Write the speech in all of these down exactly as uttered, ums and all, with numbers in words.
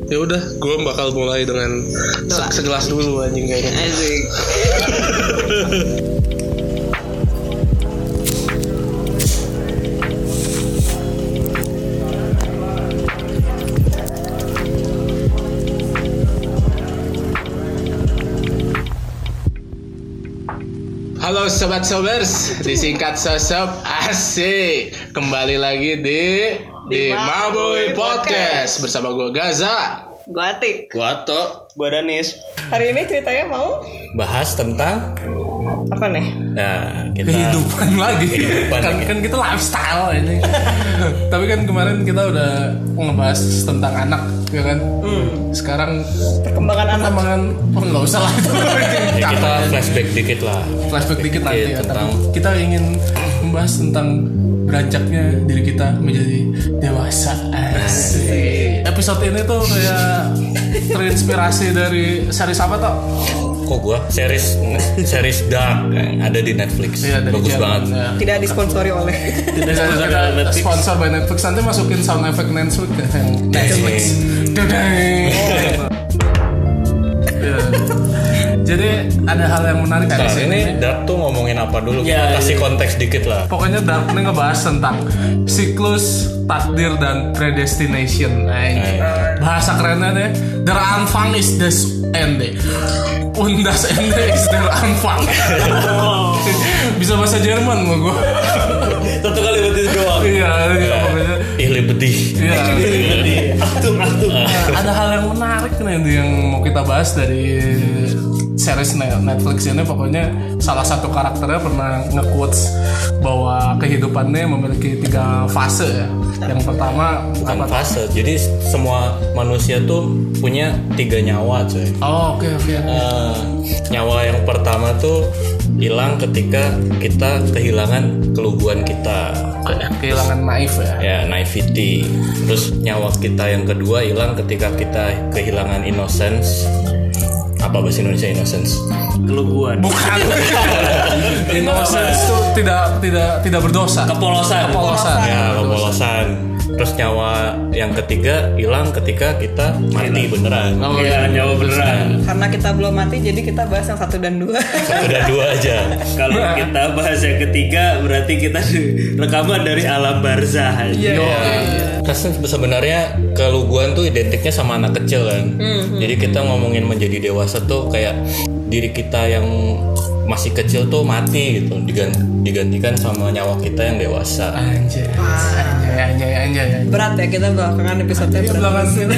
Ya udah, gue bakal mulai dengan se- segelas dulu anjing kayaknya. Asik. Halo sobat sobers, disingkat sosop asik. Kembali lagi di di Maboy Podcast bersama gue Gaza, Gua Atik. Gua Ato, gua Danis. Hari ini ceritanya mau Bahas tentang apa nih? Nah, kita kehidupan lagi. Kehidupan kan, lagi. kan kita lifestyle ini. Tapi kan kemarin kita udah ngebahas tentang anak, ya kan? Hmm. Sekarang Perkembangan anak. perkembangan oh, nggak usah lah itu. ya, kita flashback dikit lah. flashback dikit nanti ya. tentang Tapi kita ingin membahas tentang beranjaknya diri kita menjadi dewasa. Asik. Episode ini tuh kayak terinspirasi dari series apa toh? kok gua series series Dark yang ada di Netflix. Iya, dari Bagus Jerman, banget. ya. Tidak disponsori oleh. Tidak kita sponsor by Netflix, nanti masukin sound effect Netflix yang Netflix. Dedeng. Ya. Jadi ada hal yang menarik Nah, di sini. ini Dark tuh ngomongin apa dulu? Ya, Kita kasih ya. konteks dikit lah. Pokoknya Dark ini ngebahas tentang siklus, takdir, dan predestination. Nah, bahasa kerennya deh. Der Anfang is des Ende. Und das Ende is der Anfang. Bisa bahasa Jerman mau gue. Satu kali berarti doang. Iya, iya, pokoknya. Ih, lebih. Iya. Atung, atung. Ada hal yang menarik nih yang mau kita bahas dari series Netflix ini. Pokoknya salah satu karakternya pernah nge-quotes bahwa kehidupannya memiliki tiga fase ya. Yang pertama Bukan apa? fase. Jadi semua manusia tuh punya tiga nyawa, coy. Oh, oke oke. Eh, nyawa yang pertama tuh hilang ketika kita kehilangan keluguan kita, Kehilangan naif ya. ya naivety. Terus nyawa kita yang kedua hilang ketika kita kehilangan innocence. Apa bahasa Indonesia innocence? Keluguan. Bukan. Innocence itu tidak tidak tidak berdosa. Kepolosan. Kepolosan. Ya, kepolosan. Terus nyawa yang ketiga hilang ketika kita mati beneran. Oh, Iya, iya. nyawa beneran. Karena kita belum mati, jadi kita bahas yang satu dan dua. Satu dan dua aja. Kalau kita bahas yang ketiga, berarti kita rekaman dari alam barzah. Iya. Karena sebenarnya keluguan tuh identiknya sama anak kecil kan. Jadi kita ngomongin menjadi dewasa tuh kayak diri kita yang masih kecil tuh mati gitu, digan- digantikan sama nyawa kita yang dewasa. Anjay. Anjay anjay anjay. anjay. Berat ya kita belakangan episode-nya Iya, berat. belakangan sini.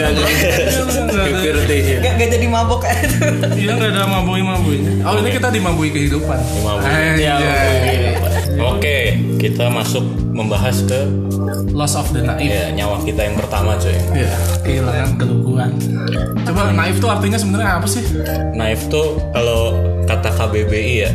Gak, gak jadi mabok kayak itu. Iya nggak ada mabui-mabuinya. Oh ini kita dimabui kehidupan. Dimabui. Anjay. Oke, kita masuk membahas ke Loss of the naif. ya, nyawa kita yang pertama coy. Iya. Kehilangan keluguan. Coba naif itu artinya sebenarnya apa sih? Naif tuh kalau kata K B B I ya,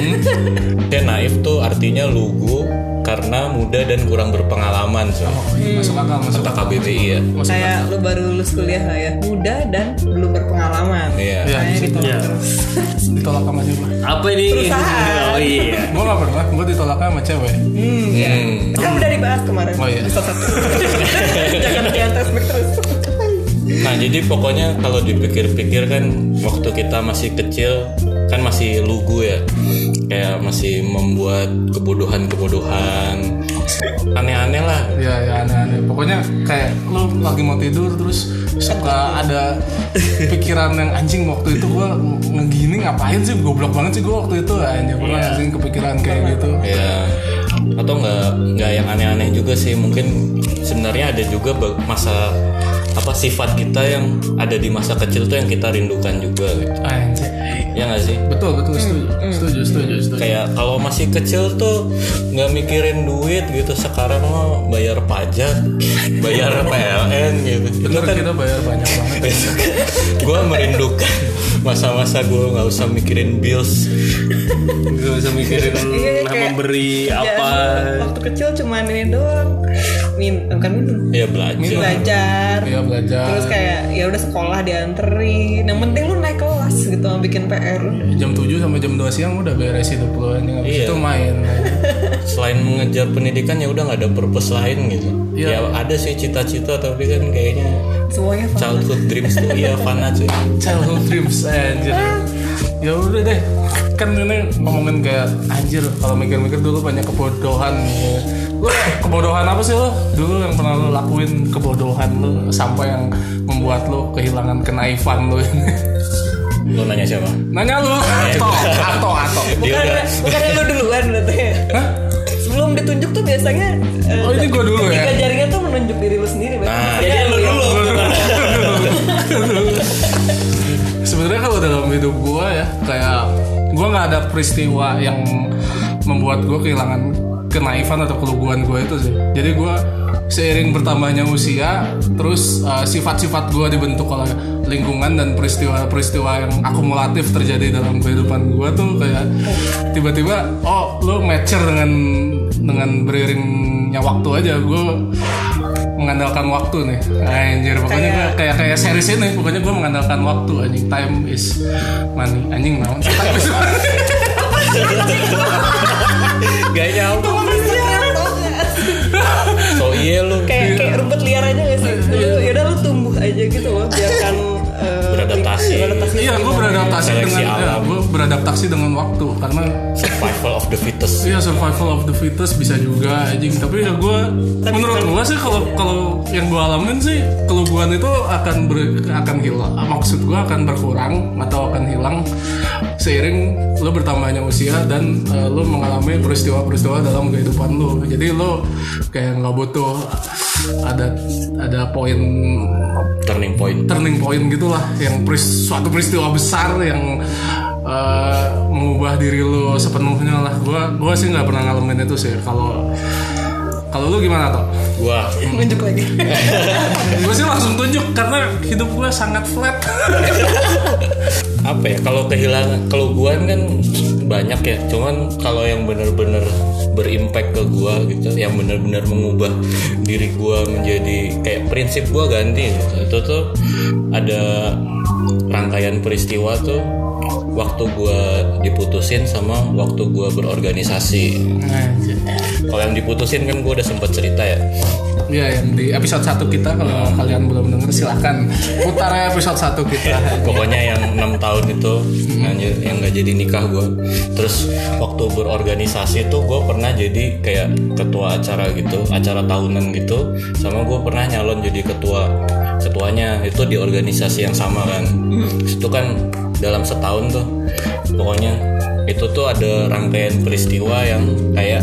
dia naif tuh artinya lugu karena muda dan kurang berpengalaman coy. Oh iya masuk akal masuk Kata K akal. B B I ya. Masuk Kayak lu baru lulus kuliah lah ya. Muda dan belum berpengalaman. Iya. Iya, Kayak di situ. gitu Iya. terus. Ditolak sama siapa? Apa ini? Perusahaan. Oh iya. Gue gak pernah, gue ditolak sama cewek. Hmm, iya. Hmm. Kan udah dibahas kemarin. Oh, iya. Episode satu. Jangan kayak flashback terus. Nah jadi pokoknya kalau dipikir-pikir kan waktu kita masih kecil kan masih lugu ya, kayak masih membuat kebodohan-kebodohan aneh-aneh lah. Iya ya aneh-aneh. Pokoknya kayak lu lagi mau tidur terus suka ada pikiran yang anjing waktu itu gue ngegini ngapain sih, goblok banget sih gue waktu itu. Anjing pernah Iya. anjing kepikiran kayak gitu. Ya atau nggak nggak yang aneh-aneh juga sih, mungkin sebenarnya ada juga ba- masa apa sifat kita yang ada di masa kecil tuh yang kita rindukan juga gitu. Anjing. Ya nggak sih? Betul betul setuju. Setuju setuju setuju. Kayak kalau masih kecil tuh nggak mikirin duit gitu, sekarang mah bayar pajak, bayar P L N gitu. Bener Itu kan kita bayar banyak banget. gue merindukan masa-masa gue nggak usah mikirin bills, Gak usah mikirin Iya, kayak- memberi apa. Ya, waktu kecil cuma ini doang. Min, bukan minum. ya belajar. Belajar. Iya belajar. Terus kayak ya udah sekolah dianterin. Yang penting lu naik kelas gitu, bikin P R. jam tujuh sampai jam dua siang udah beres hidup lu, anjing. Habis Iya. itu main. Selain mengejar pendidikan ya udah nggak ada purpose lain gitu. Iya. Ya ada sih cita-cita tapi kan kayaknya Semuanya fana. Childhood dreams tuh iya fana cuy. Childhood dreams anjir. Ya udah deh. Kan ini ngomongin kayak anjir kalau mikir-mikir dulu banyak kebodohan. Lu kebodohan apa sih lo? Dulu yang pernah lo lakuin kebodohan lo sampai yang membuat lo kehilangan kenaifan lo ini. Lu nanya siapa? Nanya lu. Atau atau atau. Bukan, bukan lu duluan berarti. Hah? Sebelum ditunjuk tuh biasanya Oh ini gue dulu ya. Tiga jaringan tuh menunjuk diri lu sendiri. Nah, jadi lu dulu. Sebenarnya kalau dalam hidup gue ya kayak gue nggak ada peristiwa yang membuat gue kehilangan kenaifan atau keluguan gue itu sih. Jadi gue seiring bertambahnya usia, terus uh, sifat-sifat gue dibentuk oleh lingkungan dan peristiwa-peristiwa yang akumulatif terjadi dalam kehidupan gue tuh kayak tiba-tiba oh lo mature dengan dengan beriringnya waktu aja gue mengandalkan waktu nih anjir pokoknya gue kayak kayak series ini pokoknya gue mengandalkan waktu anjing time is money anjing naon time is money gak nyambung. So iya lu kayak kayak rumput liar aja gak sih? Lu yaudah lu tumbuh aja gitu loh biarkan uh, beradaptasi. beradaptasi. Iya gue beradaptasi Seleksi dengan ya, gue beradaptasi dengan waktu karena survival of the fittest. iya survival of the fittest bisa juga anjing tapi ya gue menurut gue sih kalau kalau yang gue alamin sih keluguan itu akan ber, akan hilang maksud gue akan berkurang atau akan hilang seiring lo bertambahnya usia dan uh, lo mengalami peristiwa-peristiwa dalam kehidupan lo jadi lo kayak nggak butuh ada ada poin Turning point. turning point gitulah yang peris, suatu peristiwa besar yang uh, mengubah diri lo sepenuhnya lah gue gue sih nggak pernah ngalamin itu sih kalau kalau lu gimana toh? Gua Tunjuk lagi. Gue sih langsung tunjuk karena hidup gue sangat flat. apa ya kalau kehilangan keluguan kan banyak ya cuman kalau yang benar-benar berimpact ke gua gitu yang benar-benar mengubah diri gua menjadi kayak prinsip gua ganti gitu. Itu tuh ada rangkaian peristiwa tuh waktu gua diputusin sama waktu gua berorganisasi. Kalau yang diputusin kan gua udah sempet cerita ya. Iya yang di episode satu kita kalau hmm. kalian belum denger silahkan putar ya episode satu kita. Pokoknya yang enam tahun itu hmm. anjir, yang nggak jadi nikah gue. Terus waktu berorganisasi tuh gue pernah jadi kayak ketua acara gitu, acara tahunan gitu. Sama gue pernah nyalon jadi ketua ketuanya itu di organisasi yang sama kan. Hmm. Itu kan dalam setahun tuh. Pokoknya itu tuh ada rangkaian peristiwa yang kayak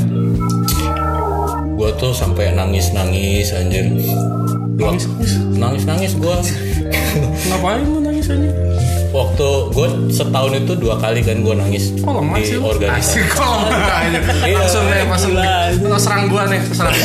gue tuh sampai nangis-nangis anjir. Nangis-nangis? Nangis-nangis gue. Ngapain lu nangis aja? Waktu gue setahun itu dua kali kan gue nangis kok lemah di sih organisasi. Asik kok lemah aja. Langsung deh pasang lo serang gue nih serang.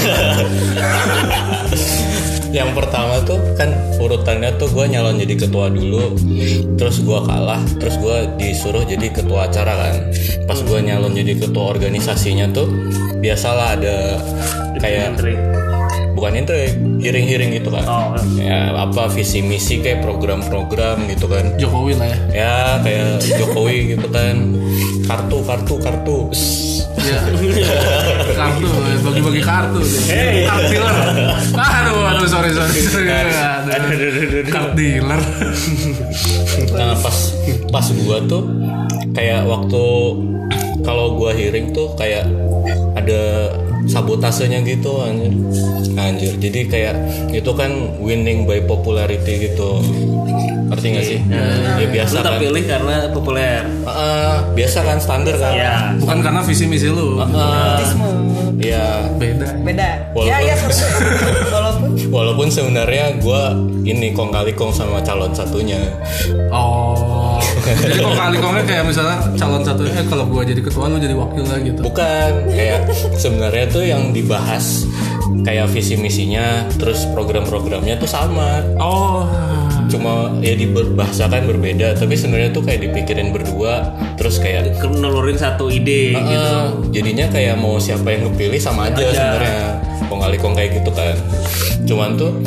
Yang pertama tuh kan urutannya tuh gue nyalon jadi ketua dulu. Terus gue kalah. Terus gue disuruh jadi ketua acara kan. Pas gue nyalon jadi ketua organisasinya tuh biasalah ada kayak bukan intrik, hearing-hearing gitu kan. Oh. Ya apa visi misi kayak program-program gitu kan. Jokowi lah ya. Ya kayak Jokowi gitu kan. Kartu kartu kartu. Ya. Kartu bagi-bagi kartu. Hey. Card dealer. Aduh, aduh sorry sorry. Aduh. Card dealer. Nah, pas pas gua tuh kayak waktu kalau gua hearing tuh kayak ada sabotasenya gitu anjir. Anjir. Jadi kayak itu kan winning by popularity gitu. Ngerti gak sih? Ya, ya biasa lu tak kan. pilih karena populer. Uh, biasa kan standar kan. Ya. Bukan karena visi misi lu. Iya. Uh, beda. Beda. Walaupun, ya ya walaupun walaupun sebenarnya gue ini kong kali kong sama calon satunya. Oh. Jadi kong kali kongnya kayak misalnya calon satunya eh, kalau gue jadi ketua lu jadi wakil lah gitu. Bukan. Kayak sebenarnya tuh yang dibahas kayak visi misinya, terus program-programnya tuh sama. Oh. Cuma ya dibahasakan berbeda, tapi sebenarnya tuh kayak dipikirin berdua, terus kayak nelurin satu ide uh, gitu. Jadinya kayak mau siapa yang kepilih sama aja, aja. Sebenarnya kong kali kong kayak gitu kan. Cuman tuh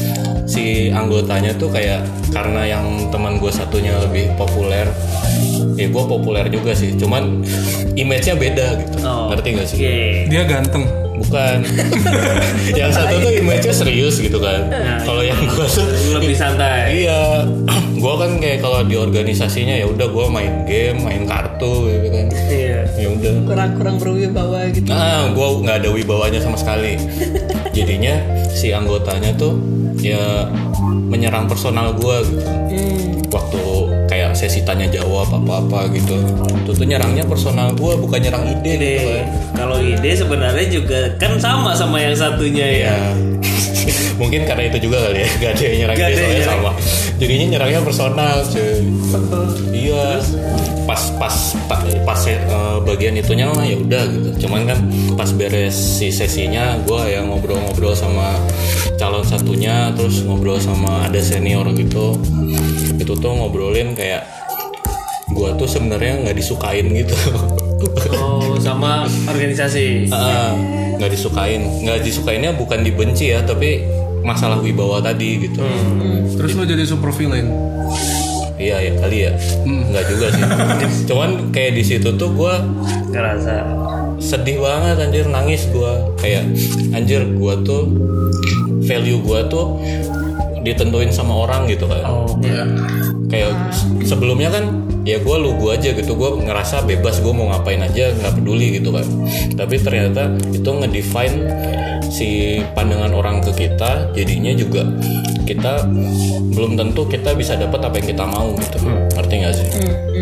si anggotanya tuh kayak karena yang teman gue satunya lebih populer, ya gue populer juga sih, cuman image-nya beda gitu. Oh, ngerti gak sih? Oke. Dia ganteng. Bukan. Yang satu tuh image-nya serius gitu kan. Kalau yang gue tuh Lebih santai. iya, gue kan kayak kalau di organisasinya ya udah gue main game, main kartu gitu kan. Iya. Ya udah. Kurang-kurang berwibawa gitu. Nah, gue nggak ada wibawanya sama sekali. Jadinya si anggotanya tuh ya menyerang personal gue gitu. Waktu kayak sesi tanya jawab apa-apa gitu, itu tuh nyerangnya personal gue, bukan nyerang ide Ide. gitu kan. Kalau ide sebenarnya juga kan sama sama yang satunya ya. Ya. Mungkin karena itu juga kali ya, gak ada yang nyerang Gak ide ada yang soalnya nyerang. sama. Jadinya nyerangnya personal cuy. Iya. Pas pas pas, pas eh, bagian itunya mah ya udah gitu. Cuman kan pas beres si sesinya gue yang ngobrol-ngobrol sama calon satunya, terus ngobrol sama ada senior gitu. Itu tuh ngobrolin kayak gue tuh sebenarnya nggak disukain gitu. Oh, sama organisasi. Ah, nggak disukain, nggak disukainnya bukan dibenci ya, tapi masalah wibawa tadi gitu. Terus lo jadi super villain. Iya ya kali ya, nggak juga sih. Cuman kayak di situ tuh gue Ngerasa. sedih banget anjir, nangis gue kayak anjir gue tuh value gue tuh ditentuin sama orang gitu kan. Oh, Iya. Kayak sebelumnya kan ya gue lu gue aja gitu, gue ngerasa bebas, gue mau ngapain aja nggak peduli gitu kan. Tapi ternyata itu ngedefine si pandangan orang ke kita, jadinya juga kita belum tentu kita bisa dapat apa yang kita mau gitu. Ngerti nggak sih?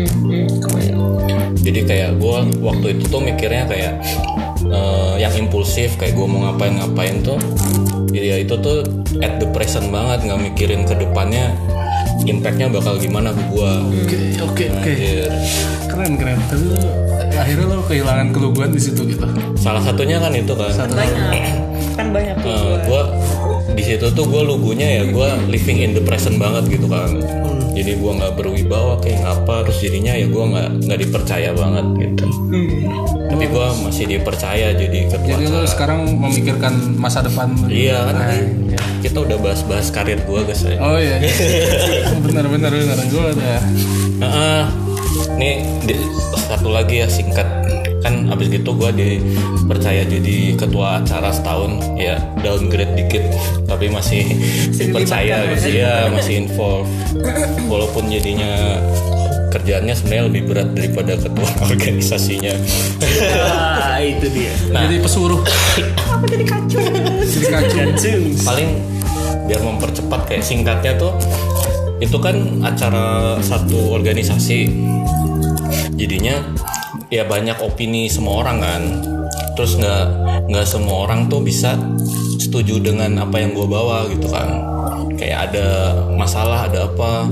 Jadi kayak gue waktu itu tuh mikirnya kayak eh, yang impulsif, kayak gue mau ngapain-ngapain tuh ya itu tuh at the present banget, nggak mikirin ke depannya impactnya bakal gimana ke gue. Oke oke oke. Anjir. Keren keren. Tapi lo, akhirnya lo kehilangan keluguan di situ gitu. Salah satunya kan itu kan. Satu hal. Banyak. Kan banyak tuh. Eh, gue di situ tuh gue lugunya ya gue living in the present banget gitu kan. Jadi gue nggak berwibawa kayak ngapa, terus jadinya ya gue nggak nggak dipercaya banget gitu. Tapi gue masih dipercaya jadi ketua Jadi lo acara. sekarang memikirkan masa depan lo. Iya kan, Nah, kita udah bahas-bahas karir gue guys ya. Oh iya. benar benar benar. Gue udah. Nah, nih di- satu lagi ya singkat, kan abis gitu gue dipercaya jadi ketua acara setahun, ya downgrade dikit tapi masih dipercaya dilibatkan gitu ya, masih involve walaupun jadinya kerjaannya sebenarnya lebih berat daripada ketua organisasinya. Ah, itu dia. Nah, Jadi pesuruh. Apa jadi kacau? Jadi kacau. Kacung. paling biar mempercepat kayak singkatnya tuh, itu kan acara satu organisasi, jadinya ya banyak opini semua orang kan, terus nggak nggak semua orang tuh bisa setuju dengan apa yang gue bawa gitu kan, kayak ada masalah ada apa,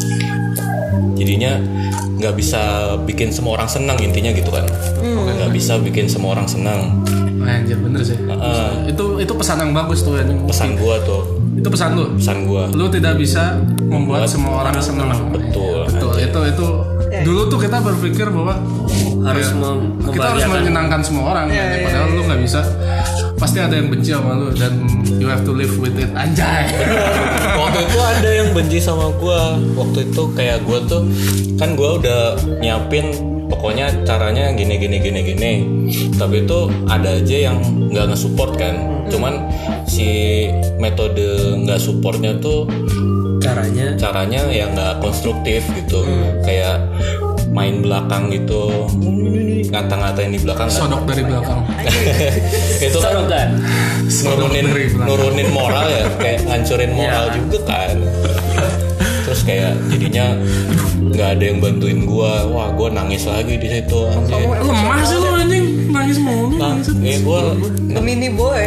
jadinya nggak bisa bikin semua orang senang intinya gitu kan, nggak bisa bikin semua orang senang. Anjir bener sih. Heeh. Itu itu pesan yang bagus tuh. Yang Pesan gue tuh, itu pesan lu. pesan gue Lu tidak bisa membuat semua orang senang. betul. Betul. Itu itu dulu tuh kita berpikir bahwa Harus ya, mem- kita harus membahagiakan. menyenangkan semua orang. ya, padahal lu nggak bisa. Pasti ada yang benci sama lu dan you have to live with it. Anjay. Waktu itu ada yang benci sama gue. Waktu itu kayak gue tuh kan gue udah nyiapin pokoknya caranya gini gini gini gini, tapi itu ada aja yang nggak nge-support kan. Cuman si metode nggak supportnya tuh Caranya. caranya yang nggak konstruktif gitu, kayak main belakang gitu, ngata-ngatain di belakang kan. Sodok dari belakang. Itu kan Sodok kan? nurunin dari belakang. nurunin moral ya, kayak ngancurin moral Ya. juga kan. Terus kayak jadinya nggak ada yang bantuin gua, wah gua nangis lagi di situ anjir. Lemah sih lu anjing, nangis mulu. Nah, nangis. ini gua Gemini boy.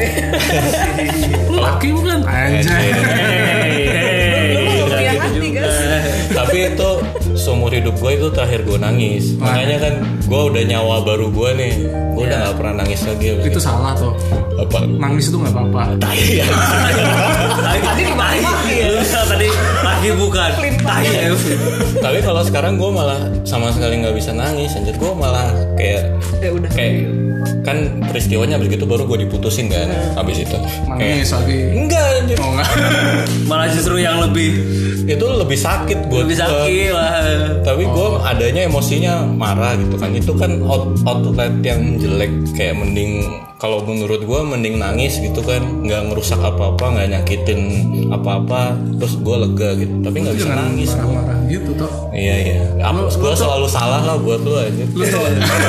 Laki bukan? Anjay. Hey, hey, Lu nggak punya gitu hati, juga. guys. tapi itu seumur hidup gue itu terakhir gue nangis. Makanya kan gue udah nyawa baru gue nih, gue udah nggak pernah nangis lagi. Itu salah tuh. apa? Nangis itu nggak apa-apa. Tai ya. Tadi dimaki-maki ya. Lu tadi laki lagi bukan. Tayef. Tapi kalau sekarang gue malah sama sekali nggak bisa nangis, anjir. Gue malah kayak Ya udah. kayak kan peristiwanya begitu baru gue diputusin kan, habis itu Nangis lagi. enggak anjir. Oh enggak. Malah justru yang lebih Itu lebih sakit buat lebih gua. sakit lah. Tapi gue adanya emosinya marah gitu kan. Itu kan out, outlet yang jelek. Kayak mending, kalau menurut gue mending nangis gitu kan, nggak ngerusak apa-apa, nggak nyakitin apa-apa, terus gue lega gitu. Tapi nggak bisa Jangan nangis. marah-marah gitu toh. Iya iya. Apa? Gue selalu salah lah buat lu aja. Lu tuh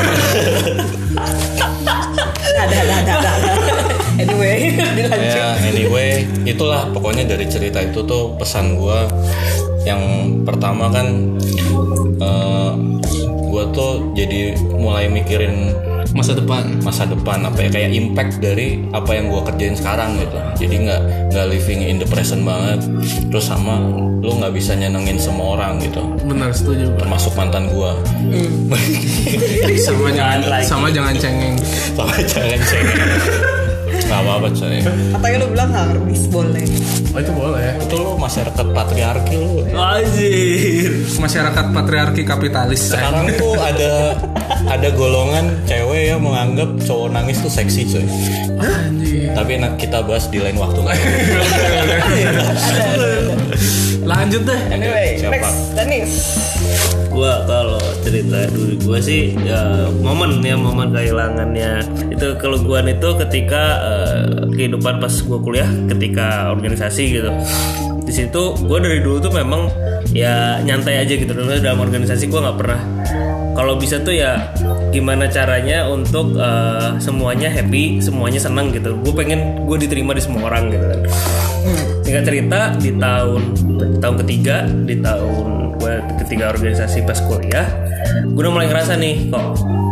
Ada ada ada ada. Anyway, dilanjut. Ya anyway, itulah pokoknya dari cerita itu tuh pesan gue. Yang pertama kan, uh, gue tuh jadi mulai mikirin masa depan. masa depan apa ya, kayak impact dari apa yang gue kerjain sekarang gitu. Jadi nggak nggak living in the present banget. Terus sama lu nggak bisa nyenengin semua orang gitu, Benar, setuju. termasuk mantan gue. Sama jangan lagi. sama jangan cengeng. Sama jangan cengeng. Nggak apa-apa coy. Katanya lu bilang habis boleh. Oh itu boleh. Itu lu masyarakat patriarki lu. Anjir. Masyarakat patriarki kapitalis. Sekarang tuh ada ada golongan cewek yang menganggap cowok nangis tuh seksi coy. Anjir. Tapi nak kita bahas di lain waktu. Lanjut deh. Anyway, Siapa? next Danis. Gua kalau cerita dulu gua sih ya, momen ya momen kehilangannya itu keluguan itu ketika uh, kehidupan pas gua kuliah, ketika organisasi gitu. Di situ gua dari dulu tuh memang ya nyantai aja gitu. Dulu dalam organisasi gua nggak pernah, kalau bisa tuh ya gimana caranya untuk uh, semuanya happy, semuanya senang gitu. Gue pengen gue diterima di semua orang gitu kan. Singkat cerita, di tahun di tahun ketiga, di tahun gue ketiga organisasi pas kuliah, gue udah mulai ngerasa nih kok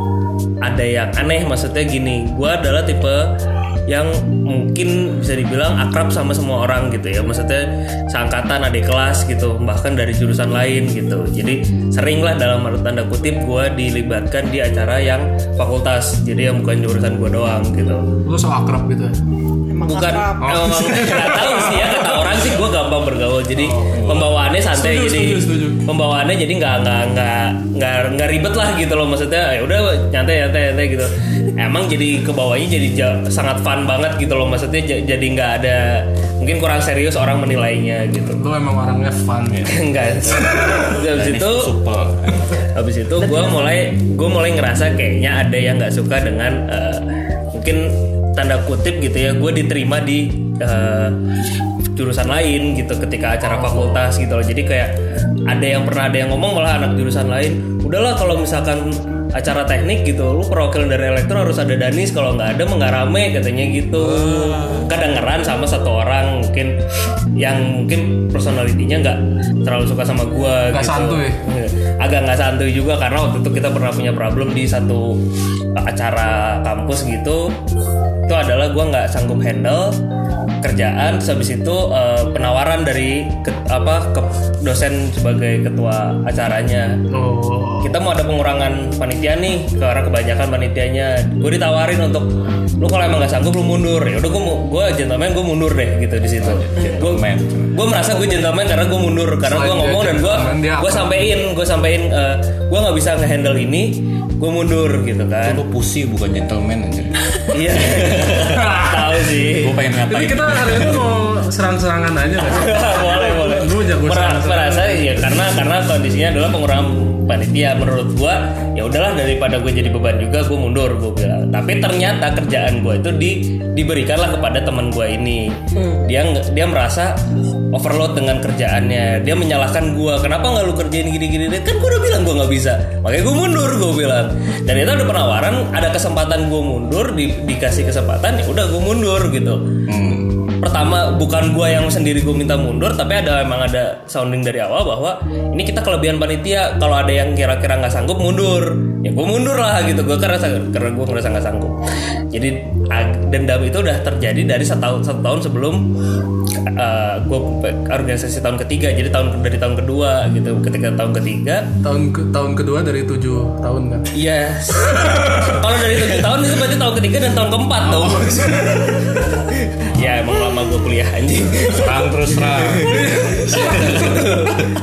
ada yang aneh. Maksudnya gini, gue adalah tipe yang mungkin bisa dibilang akrab sama semua orang gitu ya, maksudnya seangkatan, adik kelas gitu, bahkan dari jurusan lain gitu. Jadi sering lah dalam tanda kutip gue dilibatkan di acara yang fakultas, jadi yang bukan jurusan gue doang gitu. Lu so akrab gitu ya. Emang Bukan, akrab. emang nggak tahu sih ya, kata orang sih gue gampang bergaul, jadi pembawaannya santai, Setuju, jadi setuju, setuju. pembawaannya jadi nggak nggak nggak nggak nggak ribet lah gitu loh, maksudnya ya udah nyantai nyantai nyantai gitu. Emang jadi kebawahnya jadi ja- sangat fun banget gitu loh, maksudnya j- jadi nggak ada, mungkin kurang serius orang menilainya gitu. Lu emang orangnya fun ya. Enggak. Habis itu super. habis itu gue mulai gue mulai ngerasa kayaknya ada yang nggak suka dengan uh, mungkin tanda kutip gitu ya, gue diterima di uh, jurusan lain gitu ketika acara fakultas gitu loh. Jadi kayak ada yang pernah ada yang ngomong malah anak jurusan lain, udahlah kalau misalkan acara teknik gitu, lu perwakilan dari elektro harus ada Danis, kalau nggak ada mah nggak rame katanya gitu. Kedengeran sama satu orang mungkin yang mungkin personalitinya nggak terlalu suka sama gua Nggak gitu. santuy. Agak nggak santuy juga karena waktu itu kita pernah punya problem di satu acara kampus gitu. Itu adalah gua nggak sanggup handle kerjaan, terus habis itu uh, penawaran dari ke, apa ke dosen sebagai ketua acaranya. Oh. Kita mau ada pengurangan panitia nih karena kebanyakan panitianya. Gue ditawarin untuk lu kalau emang nggak sanggup lu mundur. Ya udah gue gue gentleman, gue mundur deh gitu di situ. Gue gue merasa gue gentleman karena gue mundur, karena gue Selain dia ngomong dan gue gentleman, dia gue apa? sampein gue sampein uh, gue nggak bisa ngehandle ini, gue mundur gitu kan. Lu pussy bukan gentleman aja. Iya. Tahu sih. Gue pengen Ini ngatain. kita hari ini mau serang-serangan aja nggak sih? boleh boleh. Gue jago Mer- serang-serang. merasa ya karena karena kondisinya adalah pengurangan panitia. Menurut gua ya udahlah, daripada gue jadi beban juga, gue mundur, gue bilang. Tapi ternyata kerjaan gue itu di diberikanlah kepada teman gue ini. Dia nge- dia merasa overload dengan kerjaannya. Dia menyalahkan gue, kenapa nggak lu kerjain gini-gini? Kan gue udah bilang gue nggak bisa, makanya gue mundur, gue bilang. Dan itu ada penawaran, ada kesempatan gue mundur, di, dikasih kesempatan, ya udah gue mundur gitu. Pertama bukan gue yang sendiri gue minta mundur, tapi ada emang ada sounding dari awal bahwa ini kita kelebihan panitia, kalau ada yang kira-kira nggak sanggup mundur, ya gue mundur lah gitu. Gue karena karena gue ngerasa nggak sanggup. Jadi ag- dendam itu udah terjadi dari satu tahun satu tahun sebelum uh, gue organisasi tahun ketiga. Jadi tahun dari tahun kedua gitu, ketika tahun ketiga Tahun ke, tahun kedua dari tujuh tahun kan? yes. Kalau dari tujuh tahun itu berarti tahun ketiga dan tahun keempat dong. Ya emang lama gue kuliah anjing. Serang terus serang.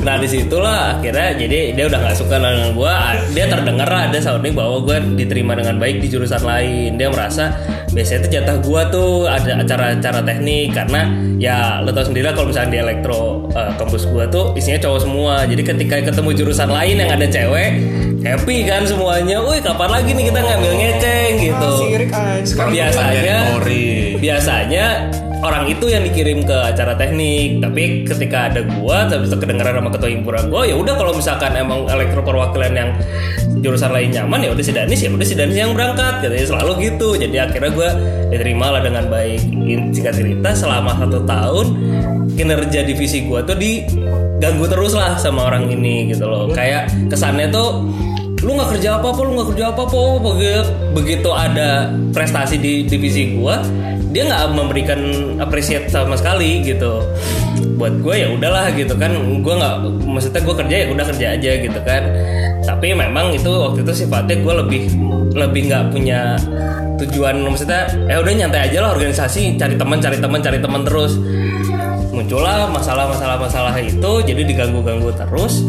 Nah disitulah akhirnya jadi dia udah nggak suka dengan gue. Dia terdengar ada sounding bahwa gue diterima dengan baik di jurusan lain. Dia merasa biasanya itu jatah gue tuh ada acara-acara teknik karena ya lo tau sendiri lah kalau misalnya di elektro uh, kampus gue tuh isinya cowok semua. Jadi ketika ketemu jurusan lain yang ada cewek, happy kan semuanya. Wih kapan lagi nih kita ngambil ngeceng gitu. Sirik aja. Biasanya biasanya orang itu yang dikirim ke acara teknik, tapi ketika ada gua terus kedengeran sama ketua himpunan gua, ya udah kalau misalkan emang elektro perwakilan yang jurusan lain nyaman ya udah si Danis ya udah si Danis yang berangkat, katanya selalu gitu. Jadi akhirnya gua diterima lah dengan baik. Singkat cerita selama satu tahun kinerja divisi gua tuh diganggu terus lah sama orang ini gitu loh. Kayak kesannya tuh lu nggak kerja apa-apa, lu nggak kerja apa-apa. Begitu ada prestasi di divisi gua, dia nggak memberikan appreciate sama sekali gitu. Buat gue ya udahlah gitu kan, gue nggak, maksudnya gue kerja ya udah kerja aja gitu kan. Tapi memang itu waktu itu sifatnya gue lebih lebih nggak punya tujuan, maksudnya eh udah nyantai aja lah organisasi, cari teman cari teman cari teman terus. Muncullah masalah-masalah masalah itu, jadi diganggu-ganggu terus.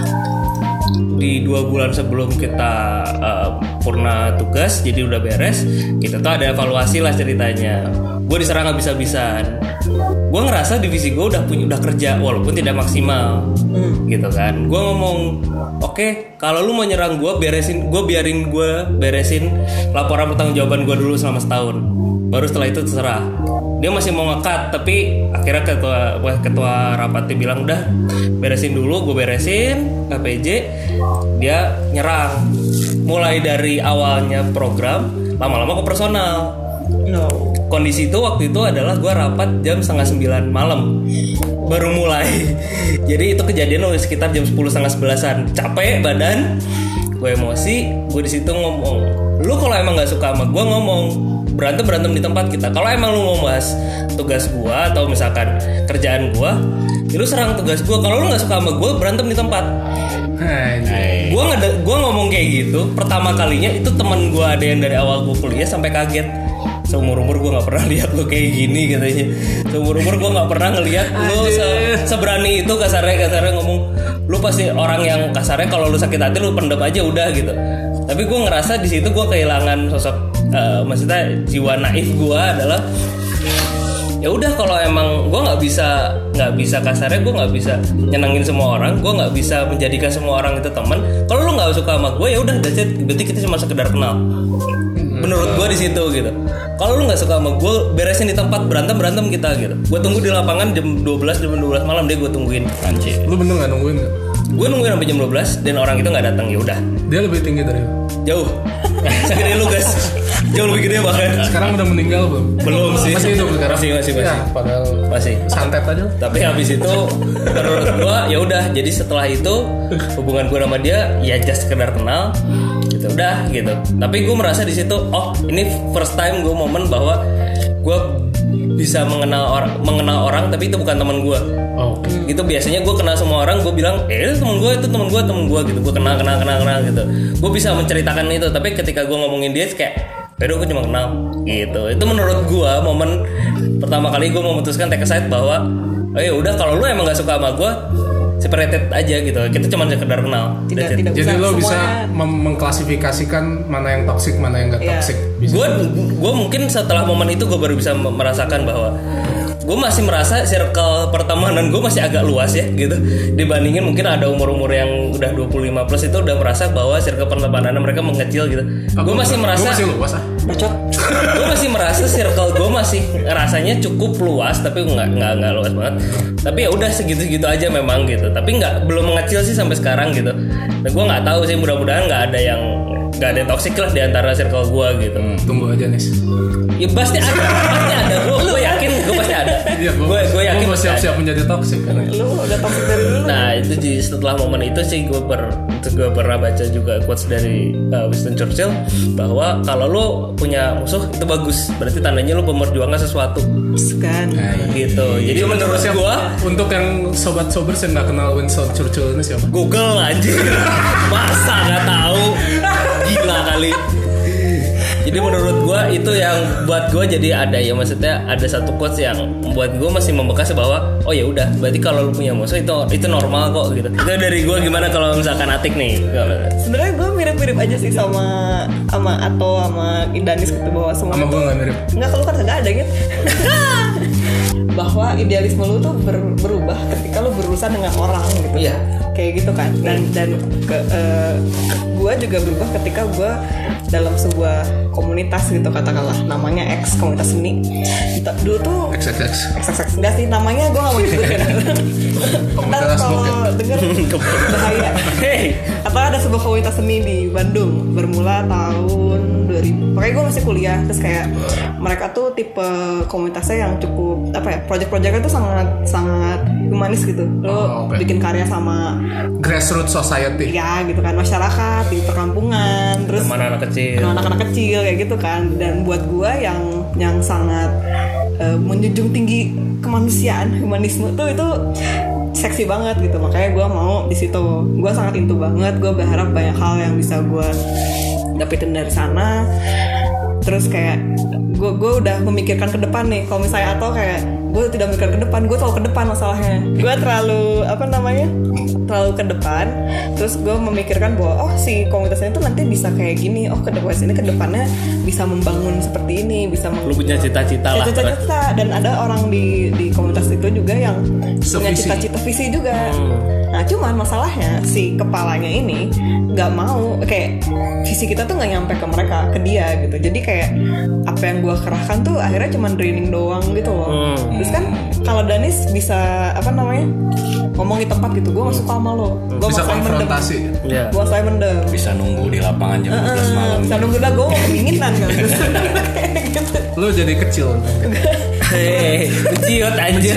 Di dua bulan sebelum kita uh, purna tugas, jadi udah beres, kita tuh ada evaluasi lah ceritanya. Gue diserang habis-habisan. Gue ngerasa divisi gue udah punya udah kerja walaupun tidak maksimal, hmm. gitu kan. Gue ngomong, oke, okay, kalau lu mau nyerang gue, beresin, gue biarin gue beresin laporan pertanggungjawaban gue dulu selama setahun. Baru setelah itu terserah. Dia masih mau nge-cut, tapi akhirnya ketua ketua rapatnya bilang udah beresin dulu, gue beresin K P J. Dia nyerang mulai dari awalnya program lama-lama ke personal. No. Kondisi itu waktu itu adalah gue rapat jam setengah sembilan malam baru mulai. Jadi itu kejadian udah sekitar jam sepuluh setengah sebelasan. Capek badan, gue emosi, gue di situ ngomong, lu kalau emang nggak suka sama gue ngomong, berantem berantem di tempat kita. Kalau emang lu mau bahas tugas gue atau misalkan kerjaan gue, ya lu serang tugas gue. Kalau lu nggak suka sama gue, berantem di tempat. Gue ngede, gue ngomong kayak gitu. Pertama kalinya itu teman gue ada yang dari awal gue kuliah sampai kaget. Seumur umur gue nggak pernah lihat lu kayak gini katanya. Seumur umur gue nggak pernah ngelihat lu se- seberani itu kasarnya kasarnya ngomong. Lu pasti orang yang kasarnya kalau lu sakit hati lu pendem aja udah gitu. Tapi gue ngerasa di situ gue kehilangan sosok, uh, maksudnya jiwa naif gue adalah ya udah kalau emang gue nggak bisa nggak bisa kasarnya gue nggak bisa nyenengin semua orang, gue nggak bisa menjadikan semua orang itu teman. Kalau lu nggak suka sama gue ya udah, berarti kita cuma sekedar kenal. Menurut gue di situ gitu. Kalau lu nggak suka sama gue, beresin di tempat, berantem berantem kita gitu. Gue tunggu di lapangan jam dua belas jam dua belas malam, dia gue tungguin. Anjir. Lu bener nggak nungguin? Gue nungguin sampai jam dua belas dan orang itu nggak datang. Ya udah. Dia lebih tinggi dari lu? Jauh. Segede lu guys. Jauh lebih gede bahkan. Sekarang udah meninggal belum? Belum sih. Masih hidup sekarang. Masih masih masih. Ya, padahal masih. Santet aja. Tapi habis itu menurut gue ya udah. Jadi setelah itu hubungan gue sama dia ya just sekedar kenal. Gitu udah gitu. Tapi gue merasa di situ, oh ini first time gue momen bahwa gue bisa mengenal orang, mengenal orang tapi itu bukan teman gue. Oh. Gitu biasanya gue kenal semua orang, gue bilang, eh itu teman gue, itu teman gue, teman gue gitu. Gue kenal, kenal, kenal, kenal gitu. Gue bisa menceritakan itu. Tapi ketika gue ngomongin dia kayak, aduh gue cuma kenal gitu. Itu menurut gue momen pertama kali gue memutuskan take a side bahwa, oh ya udah kalau lu emang nggak suka sama gue, separated aja gitu. Kita cuma sekedar kenal. Tidak, tidak Jadi lo bisa semuanya mem- mengklasifikasikan mana yang toksik, mana yang nggak Iya. toksik. Gue gue mungkin setelah momen itu gue baru bisa merasakan bahwa gue masih merasa circle pertemanan gue masih agak luas ya gitu, dibandingin mungkin ada umur-umur yang udah dua puluh lima plus itu udah merasa bahwa circle pertemanan mereka mengecil gitu. Gue masih merasa Gue masih luas ah. bacot. gue masih merasa circle gue masih rasanya cukup luas, tapi nggak nggak nggak luas banget. Tapi ya udah segitu-segitu aja memang gitu. Tapi nggak belum mengecil sih sampai sekarang gitu. Dan gue nggak tahu sih, mudah-mudahan nggak ada yang nggak ada yang toksik lah di antara circle gue gitu. Hmm, tunggu aja nih. Ya pasti ada, pasti ada. Gue gue yakin, gue pasti ada. Iya, gue gue yakin gue pasti siap-siap ada. menjadi toksik kan. Lu udah toxic dari dulu. Nah itu di setelah momen itu sih gue per gue pernah baca juga quotes dari uh, Winston Churchill bahwa kalau lu punya musuh itu bagus, berarti tandanya lu memperjuangkan sesuatu. Kan. Gitu. Jadi menurut Siapa? gue Untuk yang sobat-sobat yang nggak kenal Winston Churchill ini siapa? Google anjir. Masa nggak tahu? Gila kali. Jadi menurut gue itu yang buat gue jadi ada ya, maksudnya ada satu quotes yang buat gue masih membekas bahwa oh ya udah berarti kalau lu punya musuh itu itu normal kok gitu. Itu dari gue. Gimana kalau misalkan Atik nih? Sebenarnya gue mirip-mirip aja sih sama sama Ato sama Danis gitu, bahwa semua Sama gue nggak mirip. Enggak, kalau kan nggak ada gitu. Bahwa idealisme lu tuh ber- berubah ketika lu berurusan dengan orang gitu. Iya. Kayak gitu kan. Dan dan ke, uh, gue juga berubah ketika gue dalam sebuah komunitas gitu, katakanlah namanya X, komunitas seni. Dulu tuh X X X. X X X enggak sih namanya, gue nggak mau nyebutin. Ntar kalau denger bahaya. Hey. Atau ada sebuah komunitas seni di Bandung bermula tahun dua ribu. Pokoknya gue masih kuliah, terus kayak mereka tuh tipe komunitasnya yang cukup apa ya, project-projectnya tuh sangat sangat humanis gitu. Lo Oh, okay. bikin karya sama Grassroots society. ya gitu kan, masyarakat di perkampungan, terus Teman anak kecil. sama anak-anak kecil kayak gitu kan. Dan buat gue yang yang sangat uh, menjunjung tinggi kemanusiaan, humanisme tuh itu seksi banget gitu. Makanya gue mau di situ. Gue sangat into banget. Gue berharap banyak hal yang bisa gue dapetin dari sana. Terus kayak gue gue udah memikirkan ke depan nih. Kalau misalnya atau kayak gue tidak memikirkan ke depan, gue terlalu ke depan masalahnya. Gue terlalu apa namanya? terlalu ke depan. Terus gue memikirkan bahwa oh si komunitasnya itu nanti bisa kayak gini. Oh ke depan sini ke depannya bisa membangun seperti ini, bisa meng- Lu punya cita-cita lah. cita-cita. Dan ada orang di di komunitas itu juga yang punya Sevisi. cita-cita visi juga. Hmm. Nah cuman masalahnya si kepalanya ini nggak mau, kayak visi kita tuh nggak nyampe ke mereka, ke dia gitu. Jadi kayak apa yang gue kerahkan tuh akhirnya cuma draining doang gitu loh. Hmm. Terus kan kalau Danis bisa apa namanya ngomong di tempat gitu, gue nggak suka sama lo. Gue Bisa masalah mendem. konfrontasi. Iya. Gue masalah mendem. Bisa nunggu di lapangan jam dua belas malam. Bisa nunggu dah, gue mau kedinginan kan. Gitu. Lu jadi kecil. Hei, ciut anjir.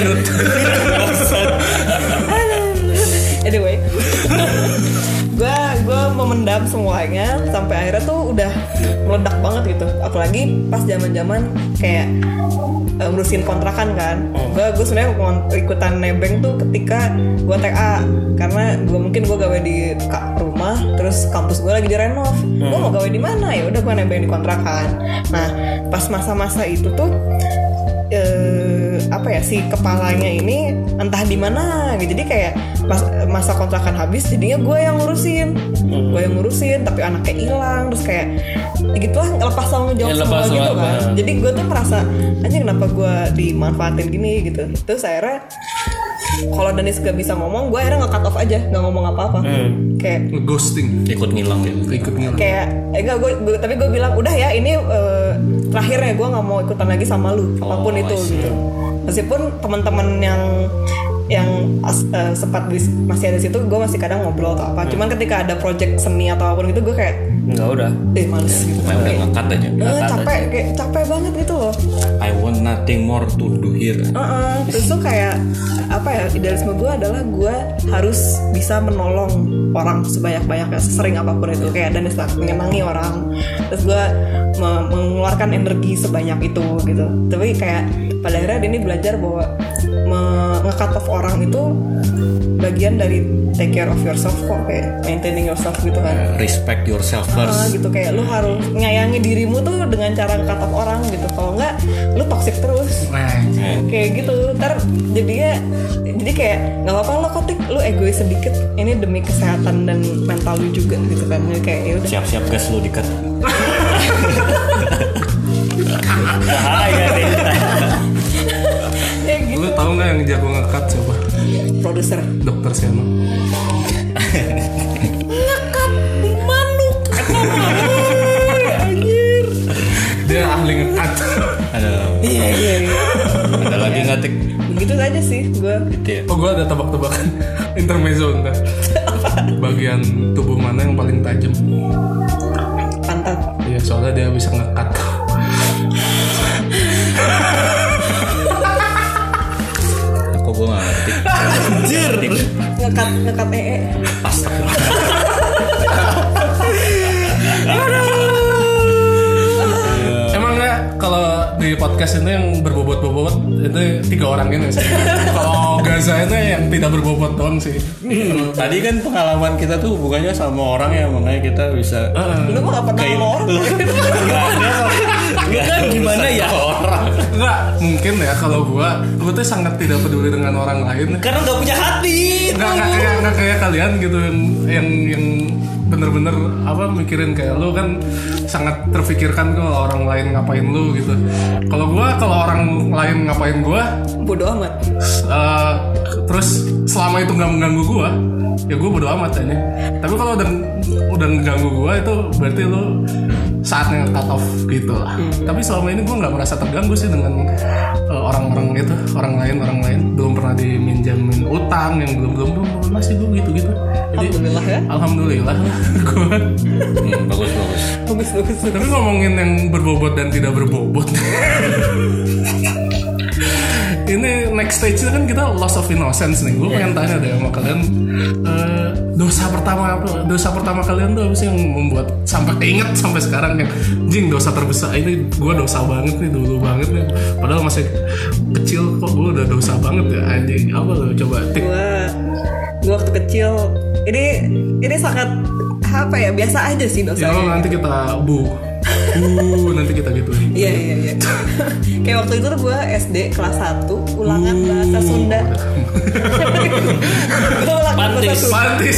Anyway, gue gue memendam semuanya sampai akhirnya tuh udah meledak banget gitu. Apalagi pas zaman-zaman kayak uh, ngurusin kontrakan kan. Gue gue sebenarnya mau ikutan nebeng tuh ketika gue T A, karena gue mungkin gue gawe di ka- rumah, terus kampus gue lagi direnov. Gue mau gawe di mana? Ya udah gue nebeng di kontrakan. Nah pas masa-masa itu tuh eh, apa ya, si kepalanya ini entah di mana gitu. Jadi kayak pas masa kontrakan habis jadinya gue yang ngurusin, gue yang ngurusin tapi anaknya hilang, terus kayak ya gitulah, lepas tanggung jawab Ya, semua lepas gitu semua, kan. bener. Jadi gue tuh merasa aja kenapa gue dimanfaatin gini gitu. Terus akhirnya kalau Danis gak bisa ngomong, gue akhirnya nge-cut off aja, gak ngomong apa-apa. Kayak Ghosting. Ikut ngilang gitu. Ikut ngilang. kayak eh enggak gue, gue tapi gue bilang udah ya ini eh, terakhirnya gue nggak mau ikutan lagi sama lu apapun Oh, itu I see. gitu. Meskipun teman-teman yang yang as, eh, sempat bis- masih ada di situ, gue masih kadang ngobrol atau apa. Cuman ketika ada project seni atau apapun gitu, gue kayak Enggak udah. eh males gitu. Kayak udah ngekat aja. Eh, Ngekat capek kayak capek banget gitu loh. I want nothing more to do here. Heeh, terus tuh kayak apa ya, idealisme gue adalah gue harus bisa menolong orang sebanyak-banyaknya, sesering apapun itu, kayak dan menyenangi orang. Terus gue me- mengeluarkan energi sebanyak itu gitu. Tapi kayak pada akhirnya Denny belajar bahwa me- nge-cut off orang itu bagian dari take care of yourself kok, kayak maintaining yourself gitu kan. Respect yourself Ah, first. gitu kayak lu harus nyayangi dirimu tuh dengan cara nge-cut off orang gitu. Kalau enggak lu toxic terus. Nah, Kayak gitu, ntar jadinya jadi kayak nggak apa-apa lo kotik, lu egois sedikit, ini demi kesehatan dan mental lu juga gitu kan. Jadi kayak ya udah. Siap-siap gas lu dikat. Bahaya nih. Ya gitu. lu tahu nggak yang jago ngekat siapa? Produser Dokter Siano. Dia ahli ngekat. Ada iya iya iya. ada lagi nggak Tik? Begitu aja sih gue. Gitu ya. Oh, gue ada tebak-tebakan intermezzo ntar. Bagian tubuh mana yang paling tajam? Pantat. Iya, soalnya dia bisa ngekat. Kok gue nggak ngerti? Anjir. Ngekat ngekat ee. Emang nggak kalau di di podcast ini yang berbobot-bobot itu tiga orang ini sih. Kalau Gaza itu yang tidak berbobot doang sih. Hmm, tadi kan pengalaman kita tuh hubungannya sama orang ya, makanya kita bisa. Uh, Lu mah gak pernah sama orang. Lu kan gimana ya? Orang. Enggak, mungkin ya kalau gua, gua tuh sangat tidak peduli dengan orang lain. Karena gak punya hati. Enggak enggak kayak enggak kayak kalian gitu yang yang yang bener-bener apa mikirin kayak lu kan sangat terfikirkan kalau orang lain ngapain lu gitu. Kalau gua kalau orang lain ngapain gua Bodoh amat. uh, terus selama itu nggak mengganggu gua ya gua bodo amat aja. Tapi kalau udah udah mengganggu gua itu berarti lu saatnya cut off gitu lah. Hmm. Tapi selama ini gue nggak merasa terganggu sih dengan uh, orang-orang itu, orang lain, orang lain. Belum pernah diminjamin utang yang belum belum belum masih gue gitu gitu. Jadi, alhamdulillah ya. Alhamdulillah gue. Hmm, bagus bagus. Bagus bagus. Tapi ngomongin yang berbobot dan tidak berbobot. Ini next stage-nya kan kita loss of innocence nih. Gue pengen tanya deh sama kalian, uh, dosa pertama apa? Dosa pertama kalian tuh apa sih yang membuat sampai keinget sampai sekarang yang jing dosa terbesar ini gue dosa banget nih dulu banget nih. Padahal masih kecil kok gue udah dosa banget ya anjing. Apa lo coba tik? Gue gue waktu kecil ini ini sangat apa ya biasa aja sih Ya dosanya. lo nanti kita bu. Uh, nanti kita gituin. Iya iya iya. Kayak waktu itu tuh gue S D kelas satu ulangan bahasa Sunda. Gue ulangan bahasa Pantis. Sunda. Pantis.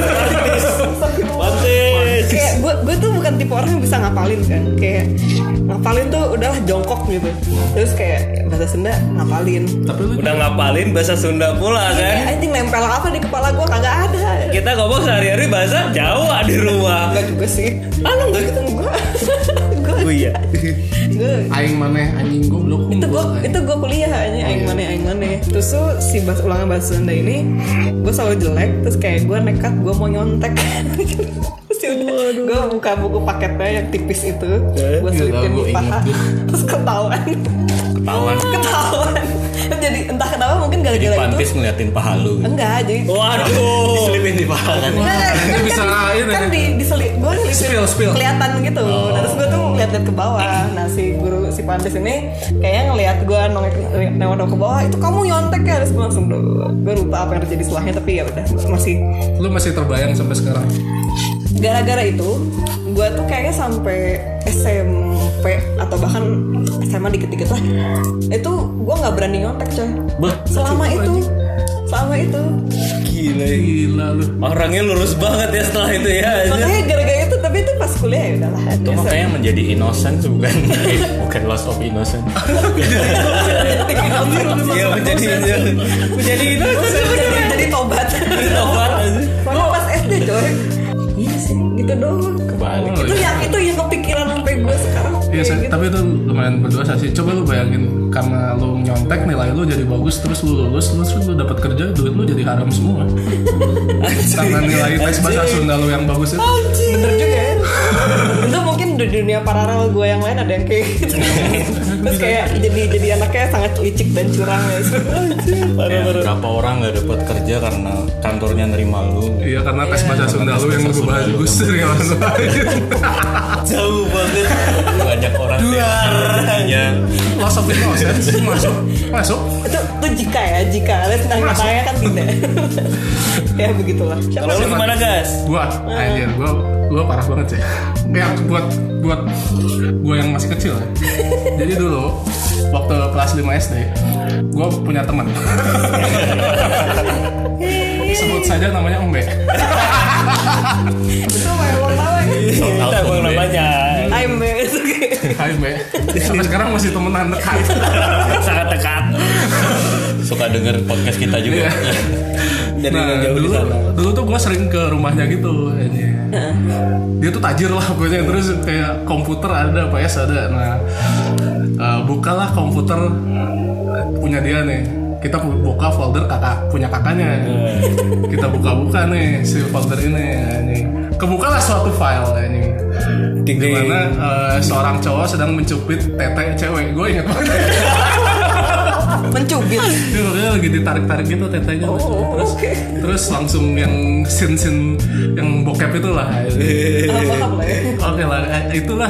Pantes. Kayak gue gue tuh bukan tipe orang yang bisa ngapalin kan. Kayak ngapalin tuh udahlah jongkok gitu. Terus kayak bahasa Sunda ngapalin. Tapi lu Udah ngapalin bahasa Sunda pula Kayak kan? anjing nempel apa di kepala gue kagak ada. Kita ngomong sehari-hari bahasa Jawa di rumah. Enggak juga sih. Ah lu enggak gitu gue. Oh iya. Gue aing maneh anjing goblok. itu gue itu gue kuliah aja aing mana aing mana terus tuh si bahasa ulangan bahasa Sunda ini gue selalu jelek terus kayak gue nekat gue mau nyontek terus gue buka buku paketnya yang tipis itu gue selipin Gila, di gua paha inget tuh. terus ketahuan Ketahuan. ketahuan jadi entah kenapa mungkin Jadi gara-gara Pantis itu ngeliatin paha lu. enggak jadi Waduh. Diselipin di paha kan. Enggak, enggak, Itu kan, bisa kan, ini. kan di diselip gue selipin Spill, spill. kelihatan gitu. Nah, terus gue tuh lihat-lihat ke bawah. Nah si guru si Pantes ini kayaknya ngelihat gue nongol nengok ke bawah. Itu kamu nyontek ya? Terus gue langsung gue lupa apa yang terjadi setelahnya. Tapi ya udah masih Lu masih terbayang sampai sekarang. gara-gara itu gue tuh kayaknya sampai S M P atau bahkan S M A dikit-dikit lah. Itu gue nggak berani nyontek coy. Bah, Selama itu, selama itu. Gila. Gila lu. Orangnya lurus banget ya setelah itu ya. Makanya gara-gara itu tapi itu pas kuliah ya udahlah. Itu biasa. makanya menjadi innocent bukan bukan loss of innocent. Iya menjadi menjadi itu jadi, jadi tobat. tobat. Soalnya pas S D coy. Iya sih, gitu doang. Kebalik. Oh, Itu yang itu yang kepikiran sampai gue sekarang. Iya, Kayak saya- gitu. tapi itu lumayan berdosa sih. Coba lu bayangin karena lu nyontek nilai lu jadi bagus terus lu lulus terus lu dapat kerja duit lu jadi haram semua. Karena nilai tes bahasa Sunda lu yang bagus itu. Bener juga ya. Itu mungkin di dunia paralel gue yang lain ada yang kayak gitu. Terus kayak jadi jadi anaknya sangat licik dan curang ya. Ya, berapa orang nggak dapat kerja karena kantornya nerima lu. Iya karena tes bahasa Sunda lu yang lebih bagus dari orang lain. Jauh banget. Banyak orang yang Loss of innocence masuk masuk. itu itu jika ya jika ada tentang katanya kan tidak. Ya begitulah. Siapa Kalau lu gimana guys? Gua, anjir, gua, gua parah banget sih. Ya buat buat gua yang masih kecil ya. Jadi dulu waktu kelas lima S D, gua punya teman. Sebut saja namanya Embe. itu apa yang ulang nama ya? Kita bang namanya I'm Be- Hai Embe. Sampai sekarang masih temenan dekat. sangat dekat. suka denger podcast kita juga. Iya. Dari Nah, yang jauh di dulu, sana. dulu tuh gue sering ke rumahnya gitu. Ini. Dia tuh tajir lah pokoknya. Terus kayak komputer ada, P S ada. Nah, uh, bukalah komputer punya dia nih. Kita buka folder kakak punya kakaknya. Kita buka-buka nih si folder ini. Ini. Kebukalah suatu file ini. Di mana uh, seorang cowok sedang mencubit tete cewek. Gue ingat banget. mencubit. Dia makanya lagi ditarik-tarik gitu tetenya. Oh, terus oke. terus langsung yang scene-scene yang bokep itu lah. Ah, paham lah ya. Oke lah, eh, itulah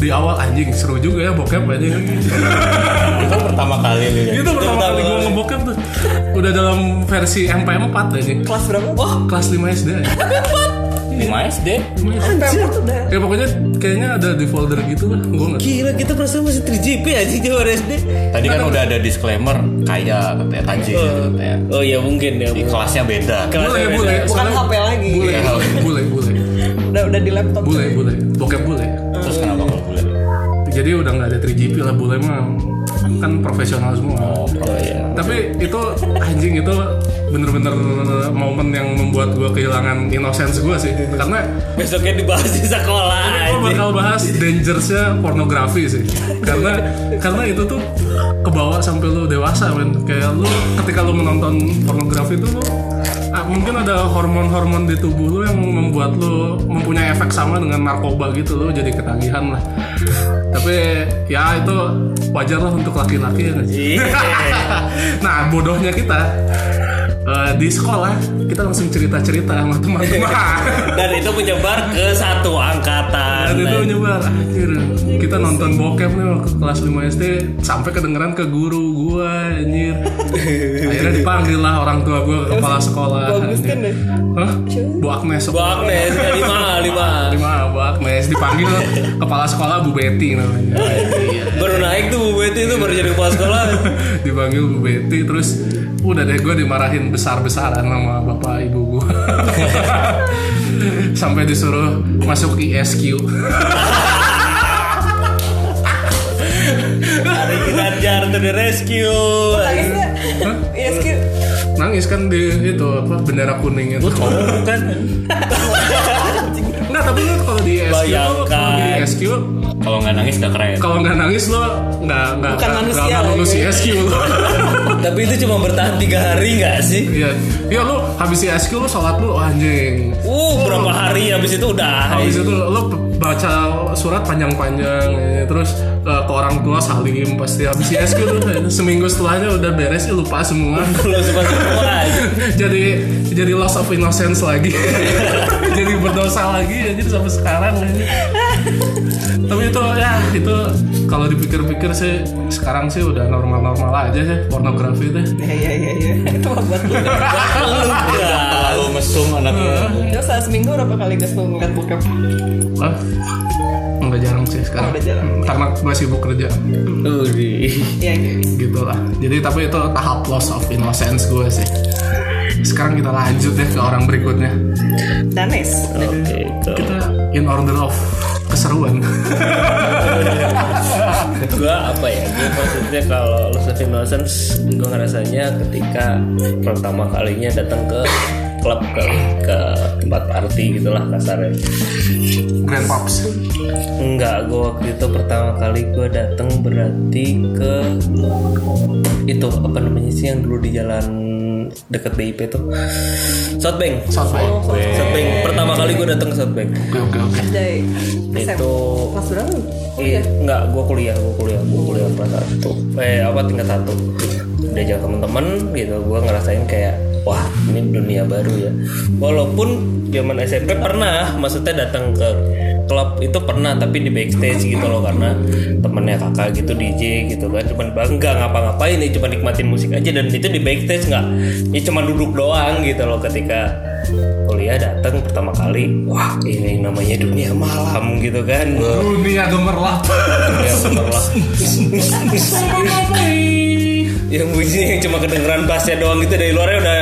di awal anjing seru juga ya bokep aja. Itu pertama kali lu ya. Itu pertama kali gue ngebokep tuh. Udah dalam versi M P empat aja. Kelas berapa? Wah, kelas lima S D. lima S D. M P empat udah. Ya pokoknya kayaknya ada di folder gitu lah. Gue nggak. Gila kita perasaan masih tiga G P aja zaman S D. Tadi kan udah ada disclaimer kayak katanya tajir gitu katanya. Oh iya mungkin ya. Di kelasnya beda. Boleh boleh. Bukan H P lagi. Boleh boleh boleh. Udah udah di laptop. Boleh boleh. Bokep boleh. Terus kenapa kalau boleh? Jadi udah nggak ada tiga G P lah boleh mah. Kan profesional semua. Oh, profesional. Tapi itu anjing itu bener-bener momen yang membuat gue kehilangan innocence gue sih. Karena Besoknya dibahas di sekolah. gue bakal bahas dangersnya pornografi sih. Karena karena itu tuh kebawa sampai lu dewasa men. Kayak lu ketika lu menonton pornografi itu lu ah, mungkin ada hormon-hormon di tubuh lu yang membuat lu mempunyai efek sama dengan narkoba gitu, lu jadi ketagihan lah. Tapi ya itu wajar lah untuk laki-laki ya. Nah bodohnya kita uh, di sekolah kita langsung cerita-cerita sama teman-teman. Dan itu menyebar ke satu angkatan. Dan itu menyebar anjir. Kita nonton bokep nih waktu kelas lima S D sampai kedengeran ke guru gua anjir. Akhirnya dipanggil lah orang tua gua ke kepala sekolah. Bagus kan deh. Hah? Bu Agnes. Bu Agnes lima lima. Lima Bu Agnes dipanggil kepala sekolah Bu Betty namanya. Baru naik tuh Bu Betty itu baru jadi kepala sekolah. Dipanggil Bu Betty terus udah deh gue dimarahin besar-besaran sama bapak ibu gue. Sampai disuruh masuk I S Q. Hari Ginanjar tuh di rescue. Nangis nggak? I S Q. Nangis kan di itu apa bendera kuning itu. Bukan. Enggak tapi lu kalau di I S Q tuh, kalau di I S Q Kalau nggak nangis nggak keren. kalau nggak nangis lo nggak nggak Bukan manusia nggak lulus lagi. I S Q lo. Tapi itu cuma bertahan tiga hari nggak sih? Iya, iya lu habis I S Q lu sholat lu oh, anjing. Uh berapa hari habis itu udah. Habis itu lu baca surat panjang-panjang ya. Terus uh, ke orang tua salim pasti habis I S Q lu seminggu setelahnya udah beres ya lupa semua. Kalau sempat semua aja. jadi jadi loss of innocence lagi. Jadi berdosa lagi ya jadi sampai sekarang aja. Tapi itu ya itu kalau dipikir-pikir sih sekarang sih udah normal-normal aja sih pornografi itu. Iya iya iya iya. Itu mah buat lu. Terlalu mesum anaknya. Terus saat seminggu berapa kali guys lu ngeliat bokep? Ah, nggak jarang sih sekarang. Oh, udah jarang. Karena gue sibuk kerja. Udih. Iya iya. Gitu lah. Jadi tapi itu tahap loss of innocence gue sih. Sekarang kita lanjut deh ke orang berikutnya. Danes. Oke. Okay, Kita in order of keseruan. gue apa ya? Gue maksudnya kalau loss of innocence, gue ngerasanya ketika pertama kalinya datang ke klub ke, ke tempat party gitulah kasarnya. Grand Pops. Enggak, gue waktu itu pertama kali gue datang berarti ke itu apa namanya sih yang dulu di jalan dekat B I P tuh Southbank. Southbank. Southbank. Pertama kali gue datang ke Southbank. Oke oke oke. Dari Itu kelas berapa lu? Iya, enggak, gue kuliah, gue kuliah, gue kuliah kelas satu, eh apa tingkat satu, diajak temen-temen gitu, gue ngerasain kayak, wah ini dunia baru ya. Walaupun zaman S M P pernah, maksudnya datang ke klub itu pernah, tapi di backstage gitu loh karena temennya kakak gitu D J gitu kan, cuman bangga ngapa-ngapain nih, cuma nikmatin musik aja dan itu di backstage nggak, ya cuma duduk doang gitu loh ketika kuliah datang pertama kali, wah ini namanya dunia malam gitu kan. Dunia gemerlap. Ya bener lah. Yang bunyinya yang cuma kedengeran bassnya doang gitu dari luarnya udah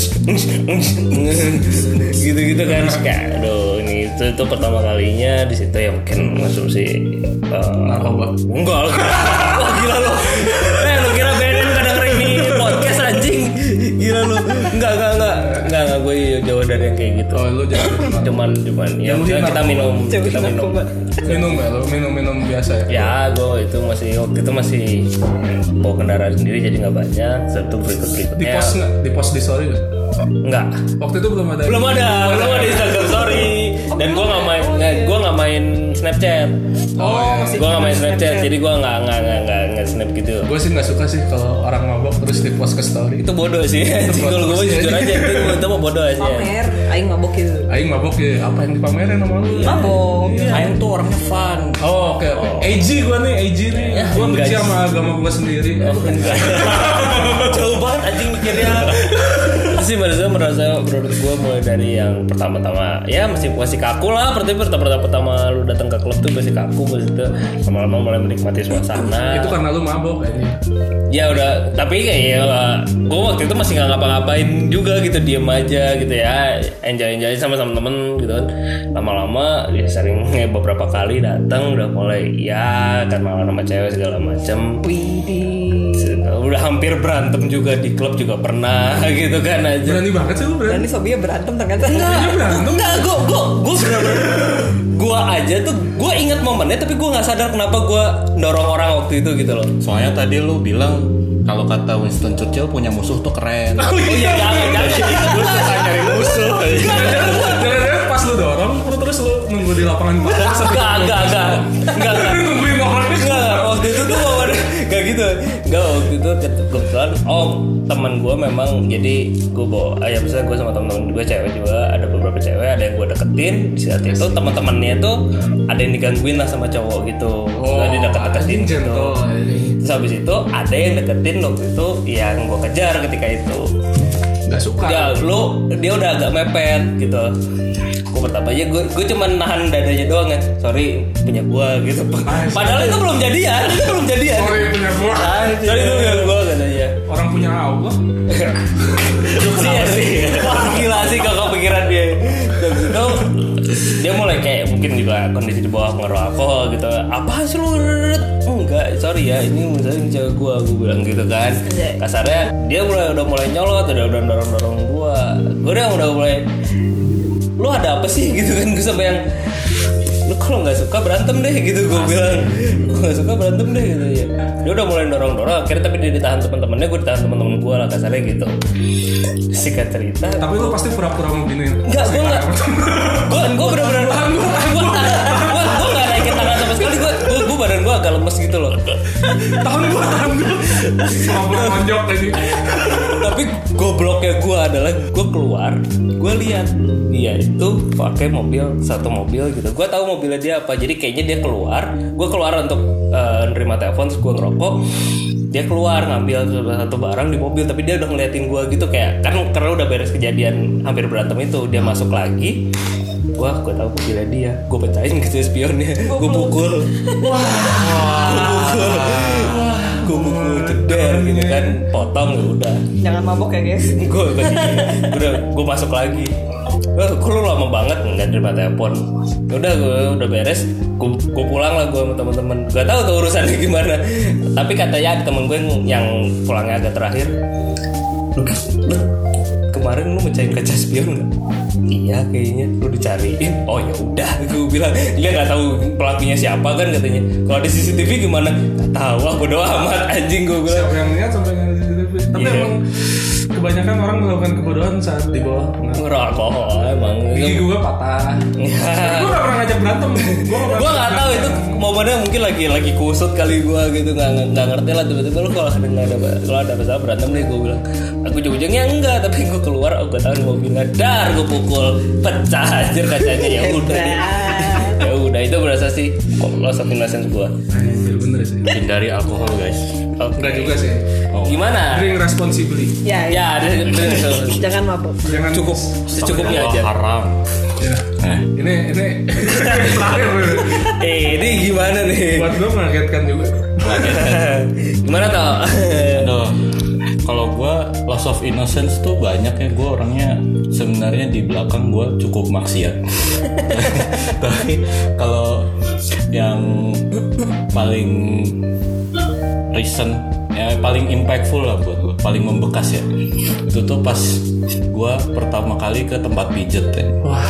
gitu-gitu kan. Kayak aduh ini itu, itu pertama kalinya di situ ya mungkin asumsi uh, Narkoba. enggak lah. Wah gila lo. Eh lo kira band gak dengerin ini podcast anjing. Gila lo. Enggak enggak enggak. Enggak enggak gue jauh dari yang kayak gitu. Oh lu jangan. Cuman cuman ya Yang udah mungkin kita minum Coba kita minum. narkoba. Minum ya lu minum-minum biasa ya. Ya gue itu masih waktu itu masih bawa kendaraan sendiri jadi nggak banyak. Satu berikut Di berikutnya post nggak? Di post di story nggak? nggak. Waktu itu belum ada. Belum ada, belum ada Instagram story. dan gue nggak main nggak gue nggak main Snapchat. Oh, masih Gue nggak main Snapchat, Snapchat. jadi gue nggak nggak nggak nggak nggak snap gitu. Gue sih nggak suka sih kalau orang mabok terus di post ke story. Itu bodoh sih. Kalau gue jujur aja itu itu mah bodoh aja. pamer, aing mabok gitu. Aing mabok ya, apa yang dipamerin sama lu? Mabok. Aing tuh orangnya fun. Oh oke oke. A G gue nih, A G nih. Gue enggak benci sih. sama agama gue sendiri. Jauh banget anjing mikirnya. Itu sih merasa merasa menurut gue mulai dari yang pertama-tama ya masih masih kaku lah. Berarti pertama pertama lu datang ke klub tuh masih kaku, terus itu lama-lama mulai menikmati suasana. Itu karena lu mabok kayaknya. Ya udah, tapi kayak ya gue waktu itu masih nggak ngapa-ngapain juga gitu, diem aja gitu ya, enjoy-enjoy sama temen-temen gitu kan. Lama-lama ya sering ya, beberapa kali datang udah mulai ya kan malah sama cewek segala macem. Udah hampir berantem juga di klub juga pernah gitu kan aja. Berani banget sih lu Dan berani. ini Sobia berantem ternyata. Dia berantem. Enggak, gue gue gue bener-bener gue aja tuh gue ingat momennya tapi gue nggak sadar kenapa gue dorong orang waktu itu gitu loh. Soalnya tadi lu bilang kalau kata Winston Churchill punya musuh tuh keren. Oh iya, jangan jangan. Gue suka nyari musuh. Jangan-jangan pas lu dorong, lu terus lu nunggu di lapangan bola. Enggak, enggak, enggak, enggak, enggak. Nungguin orangnya. Enggak, waktu itu tuh momennya enggak gitu. Enggak, waktu itu kebetulan oh teman gue memang jadi gue bawa ayah besar gue sama teman-teman gue cewek juga, ada beberapa cewek, ada yang gue deketin. Di saat itu teman-temannya tuh ada yang digangguin lah sama cowok gitu. Oh, dia deket-deketin gitu. Terus habis itu ada yang deketin waktu itu yang gue kejar ketika itu. Gak suka. Ya lu dia udah agak mepet gitu. Gue pertama aja gue gue cuma nahan dadanya doang ya. Sorry punya gue gitu. Padahal itu belum jadian, itu belum jadian. Sorry punya gua. Sorry itu punya gue katanya. Orang punya Allah. Iya sih. Wah gila sih kalau kepikiran dia. Dan itu dia mulai kayak mungkin juga kondisi di bawah pengaruh alkohol gitu. Apaan sih lu? Enggak, sorry ya, ini misalnya cewek gua, gua bilang gitu kan. Kasarnya dia mulai udah mulai nyolot, udah udah dorong-dorong gua. Gua udah udah mulai lu ada apa sih gitu kan, gue sampai yang lu kalau nggak suka berantem deh gitu gue bilang, gue nggak suka berantem deh gitu ya. Dia udah mulai dorong-dorong, akhirnya tapi dia ditahan teman-temannya, gue ditahan teman-teman gue lah kasarnya gitu. Singkat cerita. Tapi lu pasti pura-pura mau giniin. Enggak, gue nggak, gue gue benar-benar gue gue gue nggak naikin tangan sama sekali, gue gue badan gue agak lemes gitu loh. Tahun gua, tahun gua. Pura-pura lonjok lagi. Tapi gobloknya gue adalah gue keluar, gue lihat dia itu pakai mobil satu mobil gitu. Gue tahu mobilnya dia apa, jadi kayaknya dia keluar. Gue keluar untuk uh, nerima telepon, terus gue ngerokok. Dia keluar ngambil satu barang di mobil, tapi dia udah ngeliatin gue gitu kayak kan karena udah beres kejadian hampir berantem itu, dia masuk lagi. Wah, gue tahu mobilnya dia, gue pecahin gitu spionnya, gue pukul. Wah, gue pukul. Gue pukul ceder gitu kan, potong ya udah. Jangan mabok ya guys. Gue udah gue masuk lagi. Wah, kok lu lama banget nggak terima telepon. Udah gue udah beres, gue gue pulang lah gue sama teman-teman. Gak tahu tuh urusannya gimana. Tapi katanya ada temen gue yang pulangnya agak terakhir. Lu, lu kemarin lu mecahin kaca spion nggak? Iya kayaknya, lu dicariin. Oh ya udah, gue bilang dia nggak tahu pelakunya siapa kan katanya. Kalau ada C C T V gimana? Nggak tahu, wah bodo amat anjing gue bilang. Siapa yang lihat sampai nggak C C T V? Tapi Iya. emang kebanyakan orang melakukan kebodohan saat di bawah pengaruh. Ngerokok alkohol emang. Gigi gue patah. Ya. Gue gak pernah ngajak berantem. Gue nggak tahu itu momennya mungkin lagi lagi kusut kali gue gitu, nggak nggak ngerti lah tiba-tiba lu kalau ada nggak ada kalau ada masalah berantem nih gue bilang aku ujung-ujungnya enggak, tapi gue keluar oh gue tahu mobilnya dar gue pukul pecah aja kacanya. Ya udah deh. Ya udah itu berasa sih loss of innocence gue. Anjir bener sih. Hindari alkohol guys. Enggak juga sih. Gimana? Drink responsibly. Ya, ya. Ya ada Jangan mabok. Jangan cukup secukupnya aja. Haram. Ya. Ini ini terakhir. Eh ini gimana nih? Buat gue mengagetkan juga. Gimana toh? Aduh, kalau gue loss of innocence tuh banyak ya. Gue orangnya sebenarnya di belakang gue cukup maksiat. Tapi kalau yang paling recent, ya paling impactful lah buat gue, paling membekas ya, itu tuh pas gue pertama kali ke tempat pijet ya.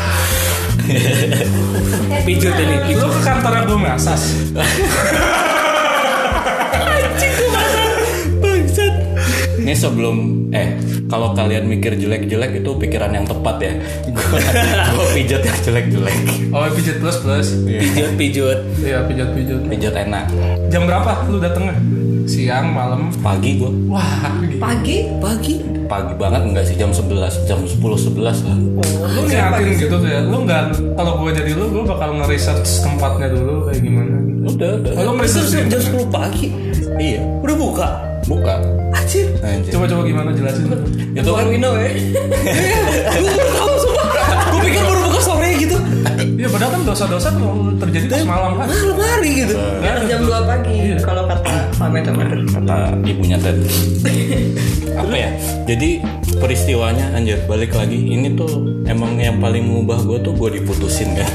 Pijut ini. Lu ke kantor gue ngasas. Bangsat. Ini sebelum eh kalau kalian mikir jelek-jelek itu pikiran yang tepat ya. Gue pijat yang jelek-jelek. Oh pijat plus plus. Pijut pijut. Iya pijat pijat. Pijat enak. Jam berapa lu datengnya? Siang, malam? Pagi gue. Wah. Pagi? Pagi. Pagi banget enggak sih jam sebelas, jam sepuluh sebelas lah. Lu niatin gitu tuh ya. Lu enggak kalau gue jadi lu, gue bakal nge-research tempatnya dulu kayak gimana. Udah, udah. Oh, lu nge-research Jam sepuluh pagi. Iya, Udah buka. buka. Anjir. Anjir. Coba-coba gimana jelasin. Itu kan Wino ya. Gue baru tahu sumpah. Gue pikir baru buka sore gitu. Iya padahal kan dosa-dosa kalau terjadi pas malam kan. Malam hari gitu. Nggak ada Jam tuh. dua pagi kalau kata Pameter-Pameter. kata ibunya tadi. Apa ya? Jadi peristiwanya anjir balik lagi. Ini tuh emang yang paling mengubah gue tuh gue diputusin kan.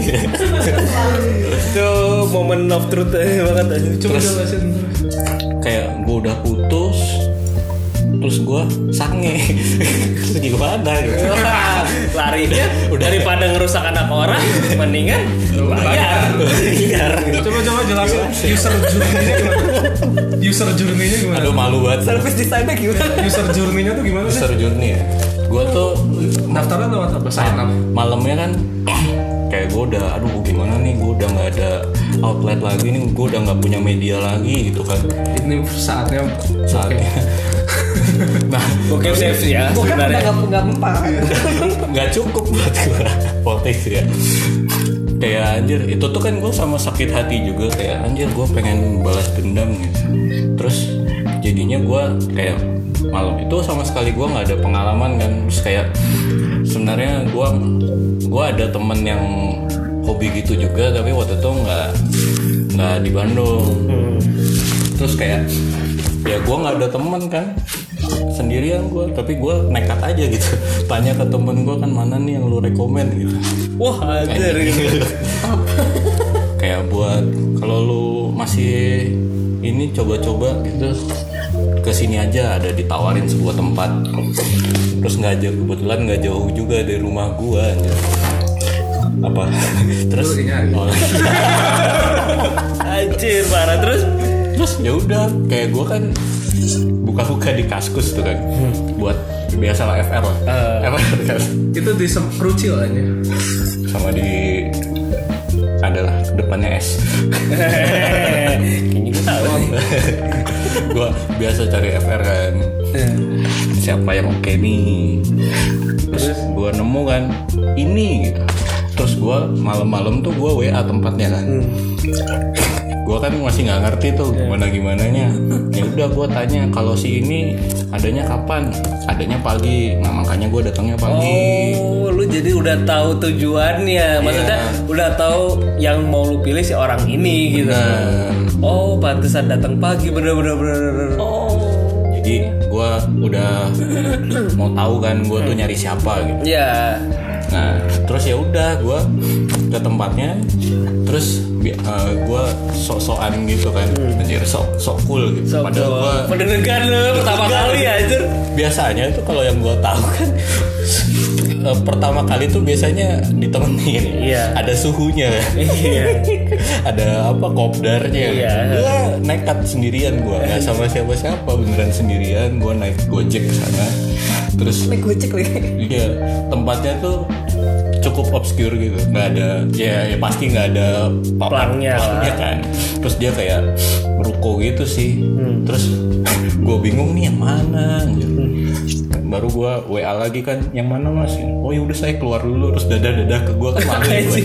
Itu moment of truth banget aja. Coba Terus- jelasin. Kayak gue udah putus, terus gue sange. Terus gimana gitu? Larinya daripada ngerusak anak orang, mendingan bayar. Bayar. Coba-coba jelasin user journey-nya gimana? User journey-nya gimana? Aduh malu banget. Service desainnya gimana? User journey-nya tuh gimana sih? User journey ya. Gue tuh Daftarnya lewat apa? Sign up. malamnya kan kayak gue udah aduh gimana nih, gue udah nggak ada outlet lagi nih, gue udah nggak punya media lagi gitu kan Ini saatnya saatnya. Nah Oke safe ya. Bukan udah Sebenarnya. nggak nggak mempan. nggak cukup buat gue potensi ya. Kayak anjir itu tuh kan gue sama sakit hati juga, kayak anjir gue pengen balas dendam gitu. Terus jadinya gue kayak malam itu sama sekali gue nggak ada pengalaman kan. Terus kayak sebenarnya gue gue ada temen yang hobi gitu juga, tapi waktu itu nggak nggak di Bandung. Terus kayak ya gue nggak ada temen kan, sendirian gue, tapi gue nekat aja gitu. Tanya ke temen gue kan mana nih yang lu rekomen gitu. Wah anjir gitu. Kayak buat kalau lu masih ini coba-coba gitu kesini aja, ada ditawarin sebuah tempat. Terus nggak jauh, kebetulan nggak jauh juga dari rumah gua anjir. Apa terus Lu nyari. oh, Anjir parah terus. terus ya udah kayak gua kan buka-buka di Kaskus tuh kan buat biasalah F R lah. F R kan Itu di Krucil aja. sama di adalah depannya S. Kayaknya gue tahu. Gue biasa cari F R kan, siapa yang oke nih. Terus gue nemu kan ini gitu. Terus gue malam-malam tuh gue W A tempatnya kan. Gue kan masih nggak ngerti tuh gimana gimananya. Ya udah gue tanya kalau si ini adanya kapan? Adanya pagi. Nah makanya gue datangnya pagi. Oh, lu jadi udah tahu tujuannya. Maksudnya Iya. udah tahu yang mau lu pilih si orang ini gitu. Bener. Oh, pantesan datang pagi bener-bener bener. Oh. Jadi gue udah mau tahu kan gue tuh nyari siapa gitu. Ya. Nah terus ya udah gue ke tempatnya, terus uh, gue sok-sokan gitu kan, anjir sok sok cool gitu. So, Padahal gue mendengarkan lu pertama kali anjir. biasanya itu kalau yang gue tahu kan uh, pertama kali tuh biasanya ditemenin, Iya. ada suhunya, Iya. ada apa kopdarnya. Iya. Gue nekat sendirian, gue nggak sama siapa-siapa, beneran sendirian. Gue naik gojek ke sana, terus Naik gojek lagi. iya tempatnya tuh cukup obscure gitu, nggak ada ya, ya pasti nggak ada Pelangnya lah. pelangnya kan. Terus dia kayak ruko gitu sih. Terus gue bingung nih yang mana anjir. Baru gue W A lagi kan, yang mana mas? Oh ya udah saya keluar dulu. Terus dadah dadah ke gue kan malu gue.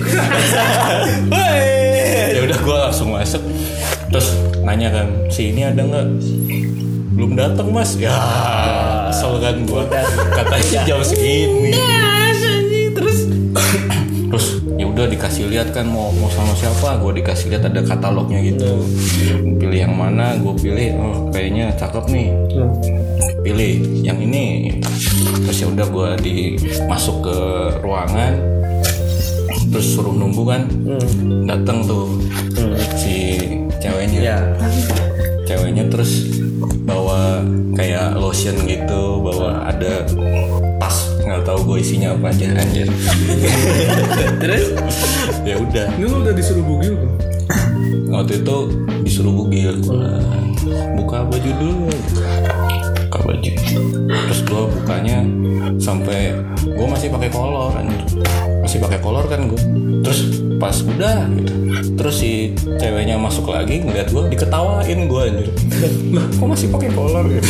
Ya udah gue langsung masuk. Terus nanya kan, si ini ada nggak? Belum datang mas. Ya kesel kan gue. Katanya jam segini. Terus Terus ya udah dikasih lihat kan mau mau sama siapa, gue dikasih lihat ada katalognya gitu. Pilih yang mana, gue pilih oh kayaknya cakep nih. Pilih yang ini. Terus ya udah gue di masuk ke ruangan. Terus suruh nunggu kan. Datang tuh si ceweknya. ya. Ceweknya terus bawa kayak lotion gitu, bawa ada tas, nggak tahu gue isinya apa aja anjir. Terus Ya udah, Ini lu udah disuruh bugil belum? waktu itu disuruh bugil, gua buka baju dulu. Buka baju. Terus gue bukanya sampai gue masih pakai kolor anjir. Masih pakai kolor kan gue. Terus pas udah gitu. Terus si ceweknya masuk lagi ngeliat gue, diketawain gue anjir. Lah kok masih pakai kolor gitu.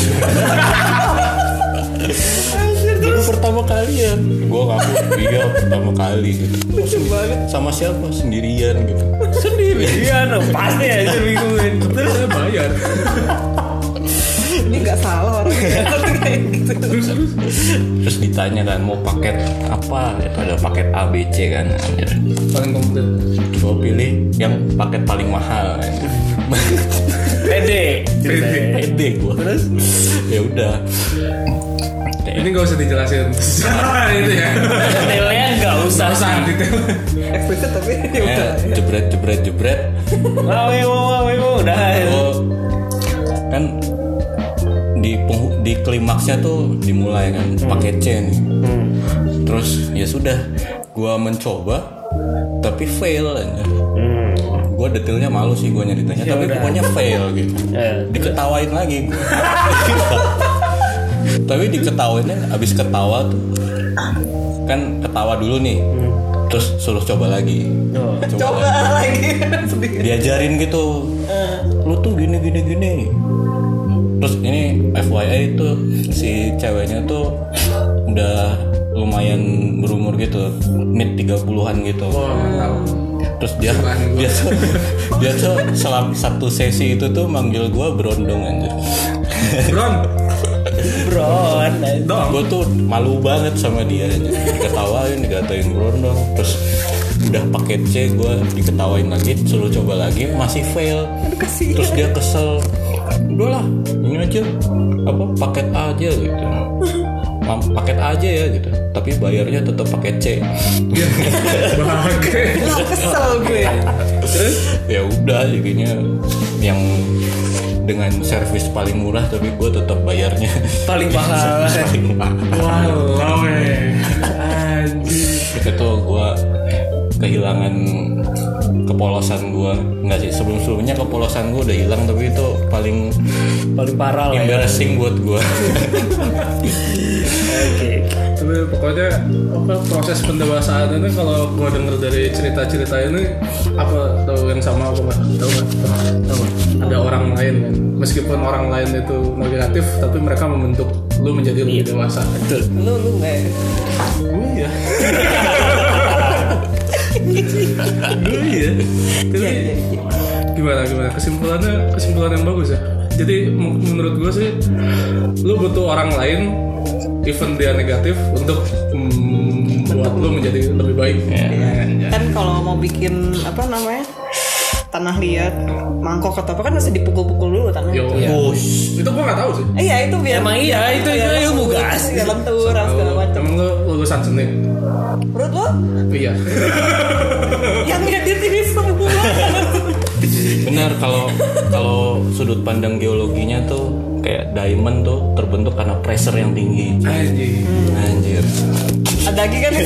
Baru pertama kali ya gue ngaku iya pertama kali gitu. Sama siapa? Sendirian gitu. Sendirian oh, pasti aja bingungin. Terus saya bayar. Ini nggak salah orang kayak gitu. Terus terus Terus ditanya kan mau paket apa? Itu ada paket A B C kan anjir. paling komplit. Gue pilih yang paket paling mahal anjir. Pede. Pede gue. Terus ya udah. Ini nggak usah dijelasin secara itu ya. Detailnya nggak usah. Nggak usah detail. Eksplisit tapi ya udah. Eh, jebret jebret jebret. Wow, wow, wow, udah. Oh, kan di penghu- di klimaksnya tuh dimulai kan pakai C nih. Terus ya sudah, gua mencoba tapi fail aja. Gue detailnya malu sih gue nyeritanya, Ya tapi udah. pokoknya fail gitu. Ya. Diketawain lagi. Tapi diketawainnya abis ketawa tuh kan ketawa dulu nih, terus suruh coba lagi. Oh. Coba lagi sedikit. Diajarin gitu, lu tuh gini gini gini. Terus ini F Y I tuh si ceweknya tuh udah lumayan berumur gitu, mid tiga puluhan gitu. Terus dia dia tuh dia tuh selama satu sesi itu tuh manggil gue berondong anjir. Bron. Bron. Gue tuh malu banget sama dia anjir. Diketawain, dikatain berondong. Terus udah paket C gue diketawain lagi, suruh coba lagi masih fail. Terus dia kesel. Udahlah, ini aja apa paket A aja gitu. Mam, paket A aja ya gitu. Tapi bayarnya tetap paket C. Bahagia. Lah kesel gue. Terus ya udah jadinya yang dengan servis paling murah tapi gue tetap bayarnya Paling mahal. paling mahal. Walau eh. Anjir. Itu gue kehilangan kepolosan gue. Enggak sih, sebelum sebelumnya kepolosan gue udah hilang, tapi itu paling Paling parah lah ya. embarrassing buat gue. Oke. Tapi pokoknya apa proses pendewasaan ini kalau gue denger dari cerita-cerita ini apa tahu yang sama apa nggak? Tahu nggak? Tahu nggak? Ada orang lain kan, meskipun orang lain itu negatif, tapi mereka membentuk lu menjadi lebih dewasa. Betul. Lu lu nggak ya? Oh iya. Oh iya. Tapi gimana gimana kesimpulannya kesimpulan yang bagus ya. Jadi m- menurut gue sih lu butuh orang lain even dia negatif untuk mm, buat lu menjadi lebih baik. Ya. Kan kalau mau bikin apa namanya tanah liat, mangkok atau apa kan mesti dipukul-pukul dulu tanah. Yo, Push. itu gue nggak tahu sih. Eh, iya itu biar Emang iya, itu- itu biar ilmu, lentur, guys. biar lentur segala macam. Emang lu lulusan seni? Menurut lo Iya. yang ngedit ini semua. Benar, kalau kalau sudut pandang geologinya tuh kayak diamond tuh terbentuk karena pressure yang tinggi. Anjir. Anjir. Ada lagi kan?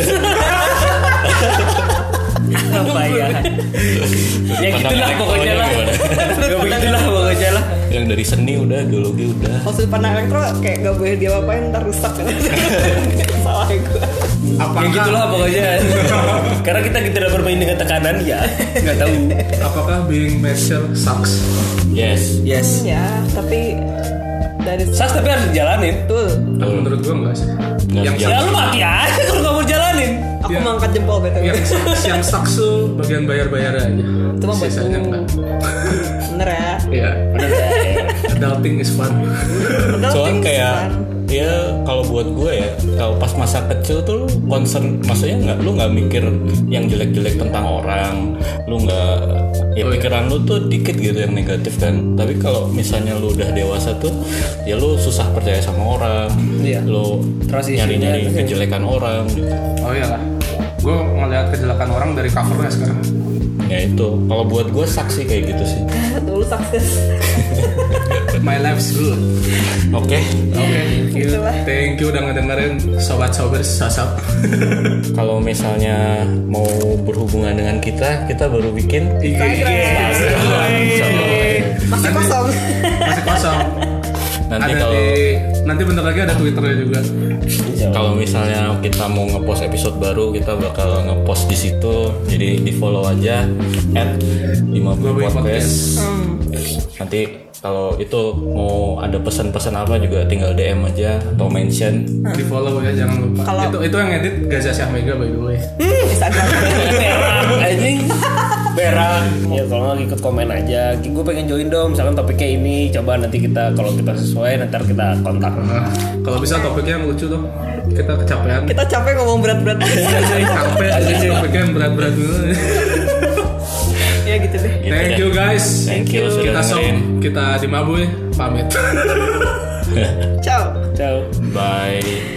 Apa ya? Ya gitulah pokoknya lah. Ya begitulah pokoknya lah. Yang dari seni udah, geologi udah. Kalau sudut pandang elektro kayak gak boleh dia apain ntar rusak. Salah gue. Apakah Ya gitulah pokoknya. Karena kita tidak bermain dengan tekanan ya. Nggak tahu. apakah being mature sucks? Yes. Yes. Ya tapi dari Sas tapi harus dijalanin. betul. Tapi menurut gue enggak sih. Nggak Yang sih. Ya lu mati aja kalau nggak mau jalanin. Aku Iya. mengangkat jempol btw. yang sucks, yang sucks tuh bagian bayar-bayar aja. Itu mah buat Sisanya lu. enggak. Bener ya. Iya. Adulting is fun. Padahal Soalnya things kayak fun. ya kalau buat gue ya, kalau pas masa kecil tuh lu concern, maksudnya nggak, lu nggak mikir yang jelek-jelek tentang orang, lu nggak, ya Oh, iya. pikiran lu tuh dikit gitu yang negatif kan. Tapi kalau misalnya lu udah dewasa tuh, ya lu susah percaya sama orang, Iya. lu Transisinya nyari-nyari tuh. kejelekan orang gitu. Oh iyalah. Gue ngeliat kejelekan orang dari covernya sekarang. Ya itu, kalau buat gue saksi kayak gitu sih. Dulu sukses. My life's good. Oke. Oke, thank you. Itulah. Thank you udah ngedengerin sobat-sobat sasap. Kalau misalnya mau berhubungan dengan kita, kita baru bikin I G. Masih kosong. Masih kosong. Nanti ada kalau di nanti bentar lagi ada Twitternya juga. kalau misalnya kita mau ngepost episode baru, kita bakal ngepost di situ. Jadi di follow aja at lima puluh podcast. Nanti kalau itu mau ada pesan-pesan apa juga tinggal D M aja atau mention. Di follow ya, jangan lupa. Kalau- itu itu yang edit Gaza Syahmega by the way. Instagram. anjing berak ya kalau nggak ikut komen aja gue pengen join dong misalkan topiknya ini coba nanti kita kalau kita sesuai nanti kita kontak. Nah, kalau bisa topiknya yang lucu dong. Kita kecapean. Kita capek ngomong berat-berat. Capek aja topiknya yang berat-berat dulu. Ya gitu deh. Gitu Thank deh. you guys. Thank you sudah Kita so, dengerin. kita di Mabuy pamit. Ciao. Ciao. Bye.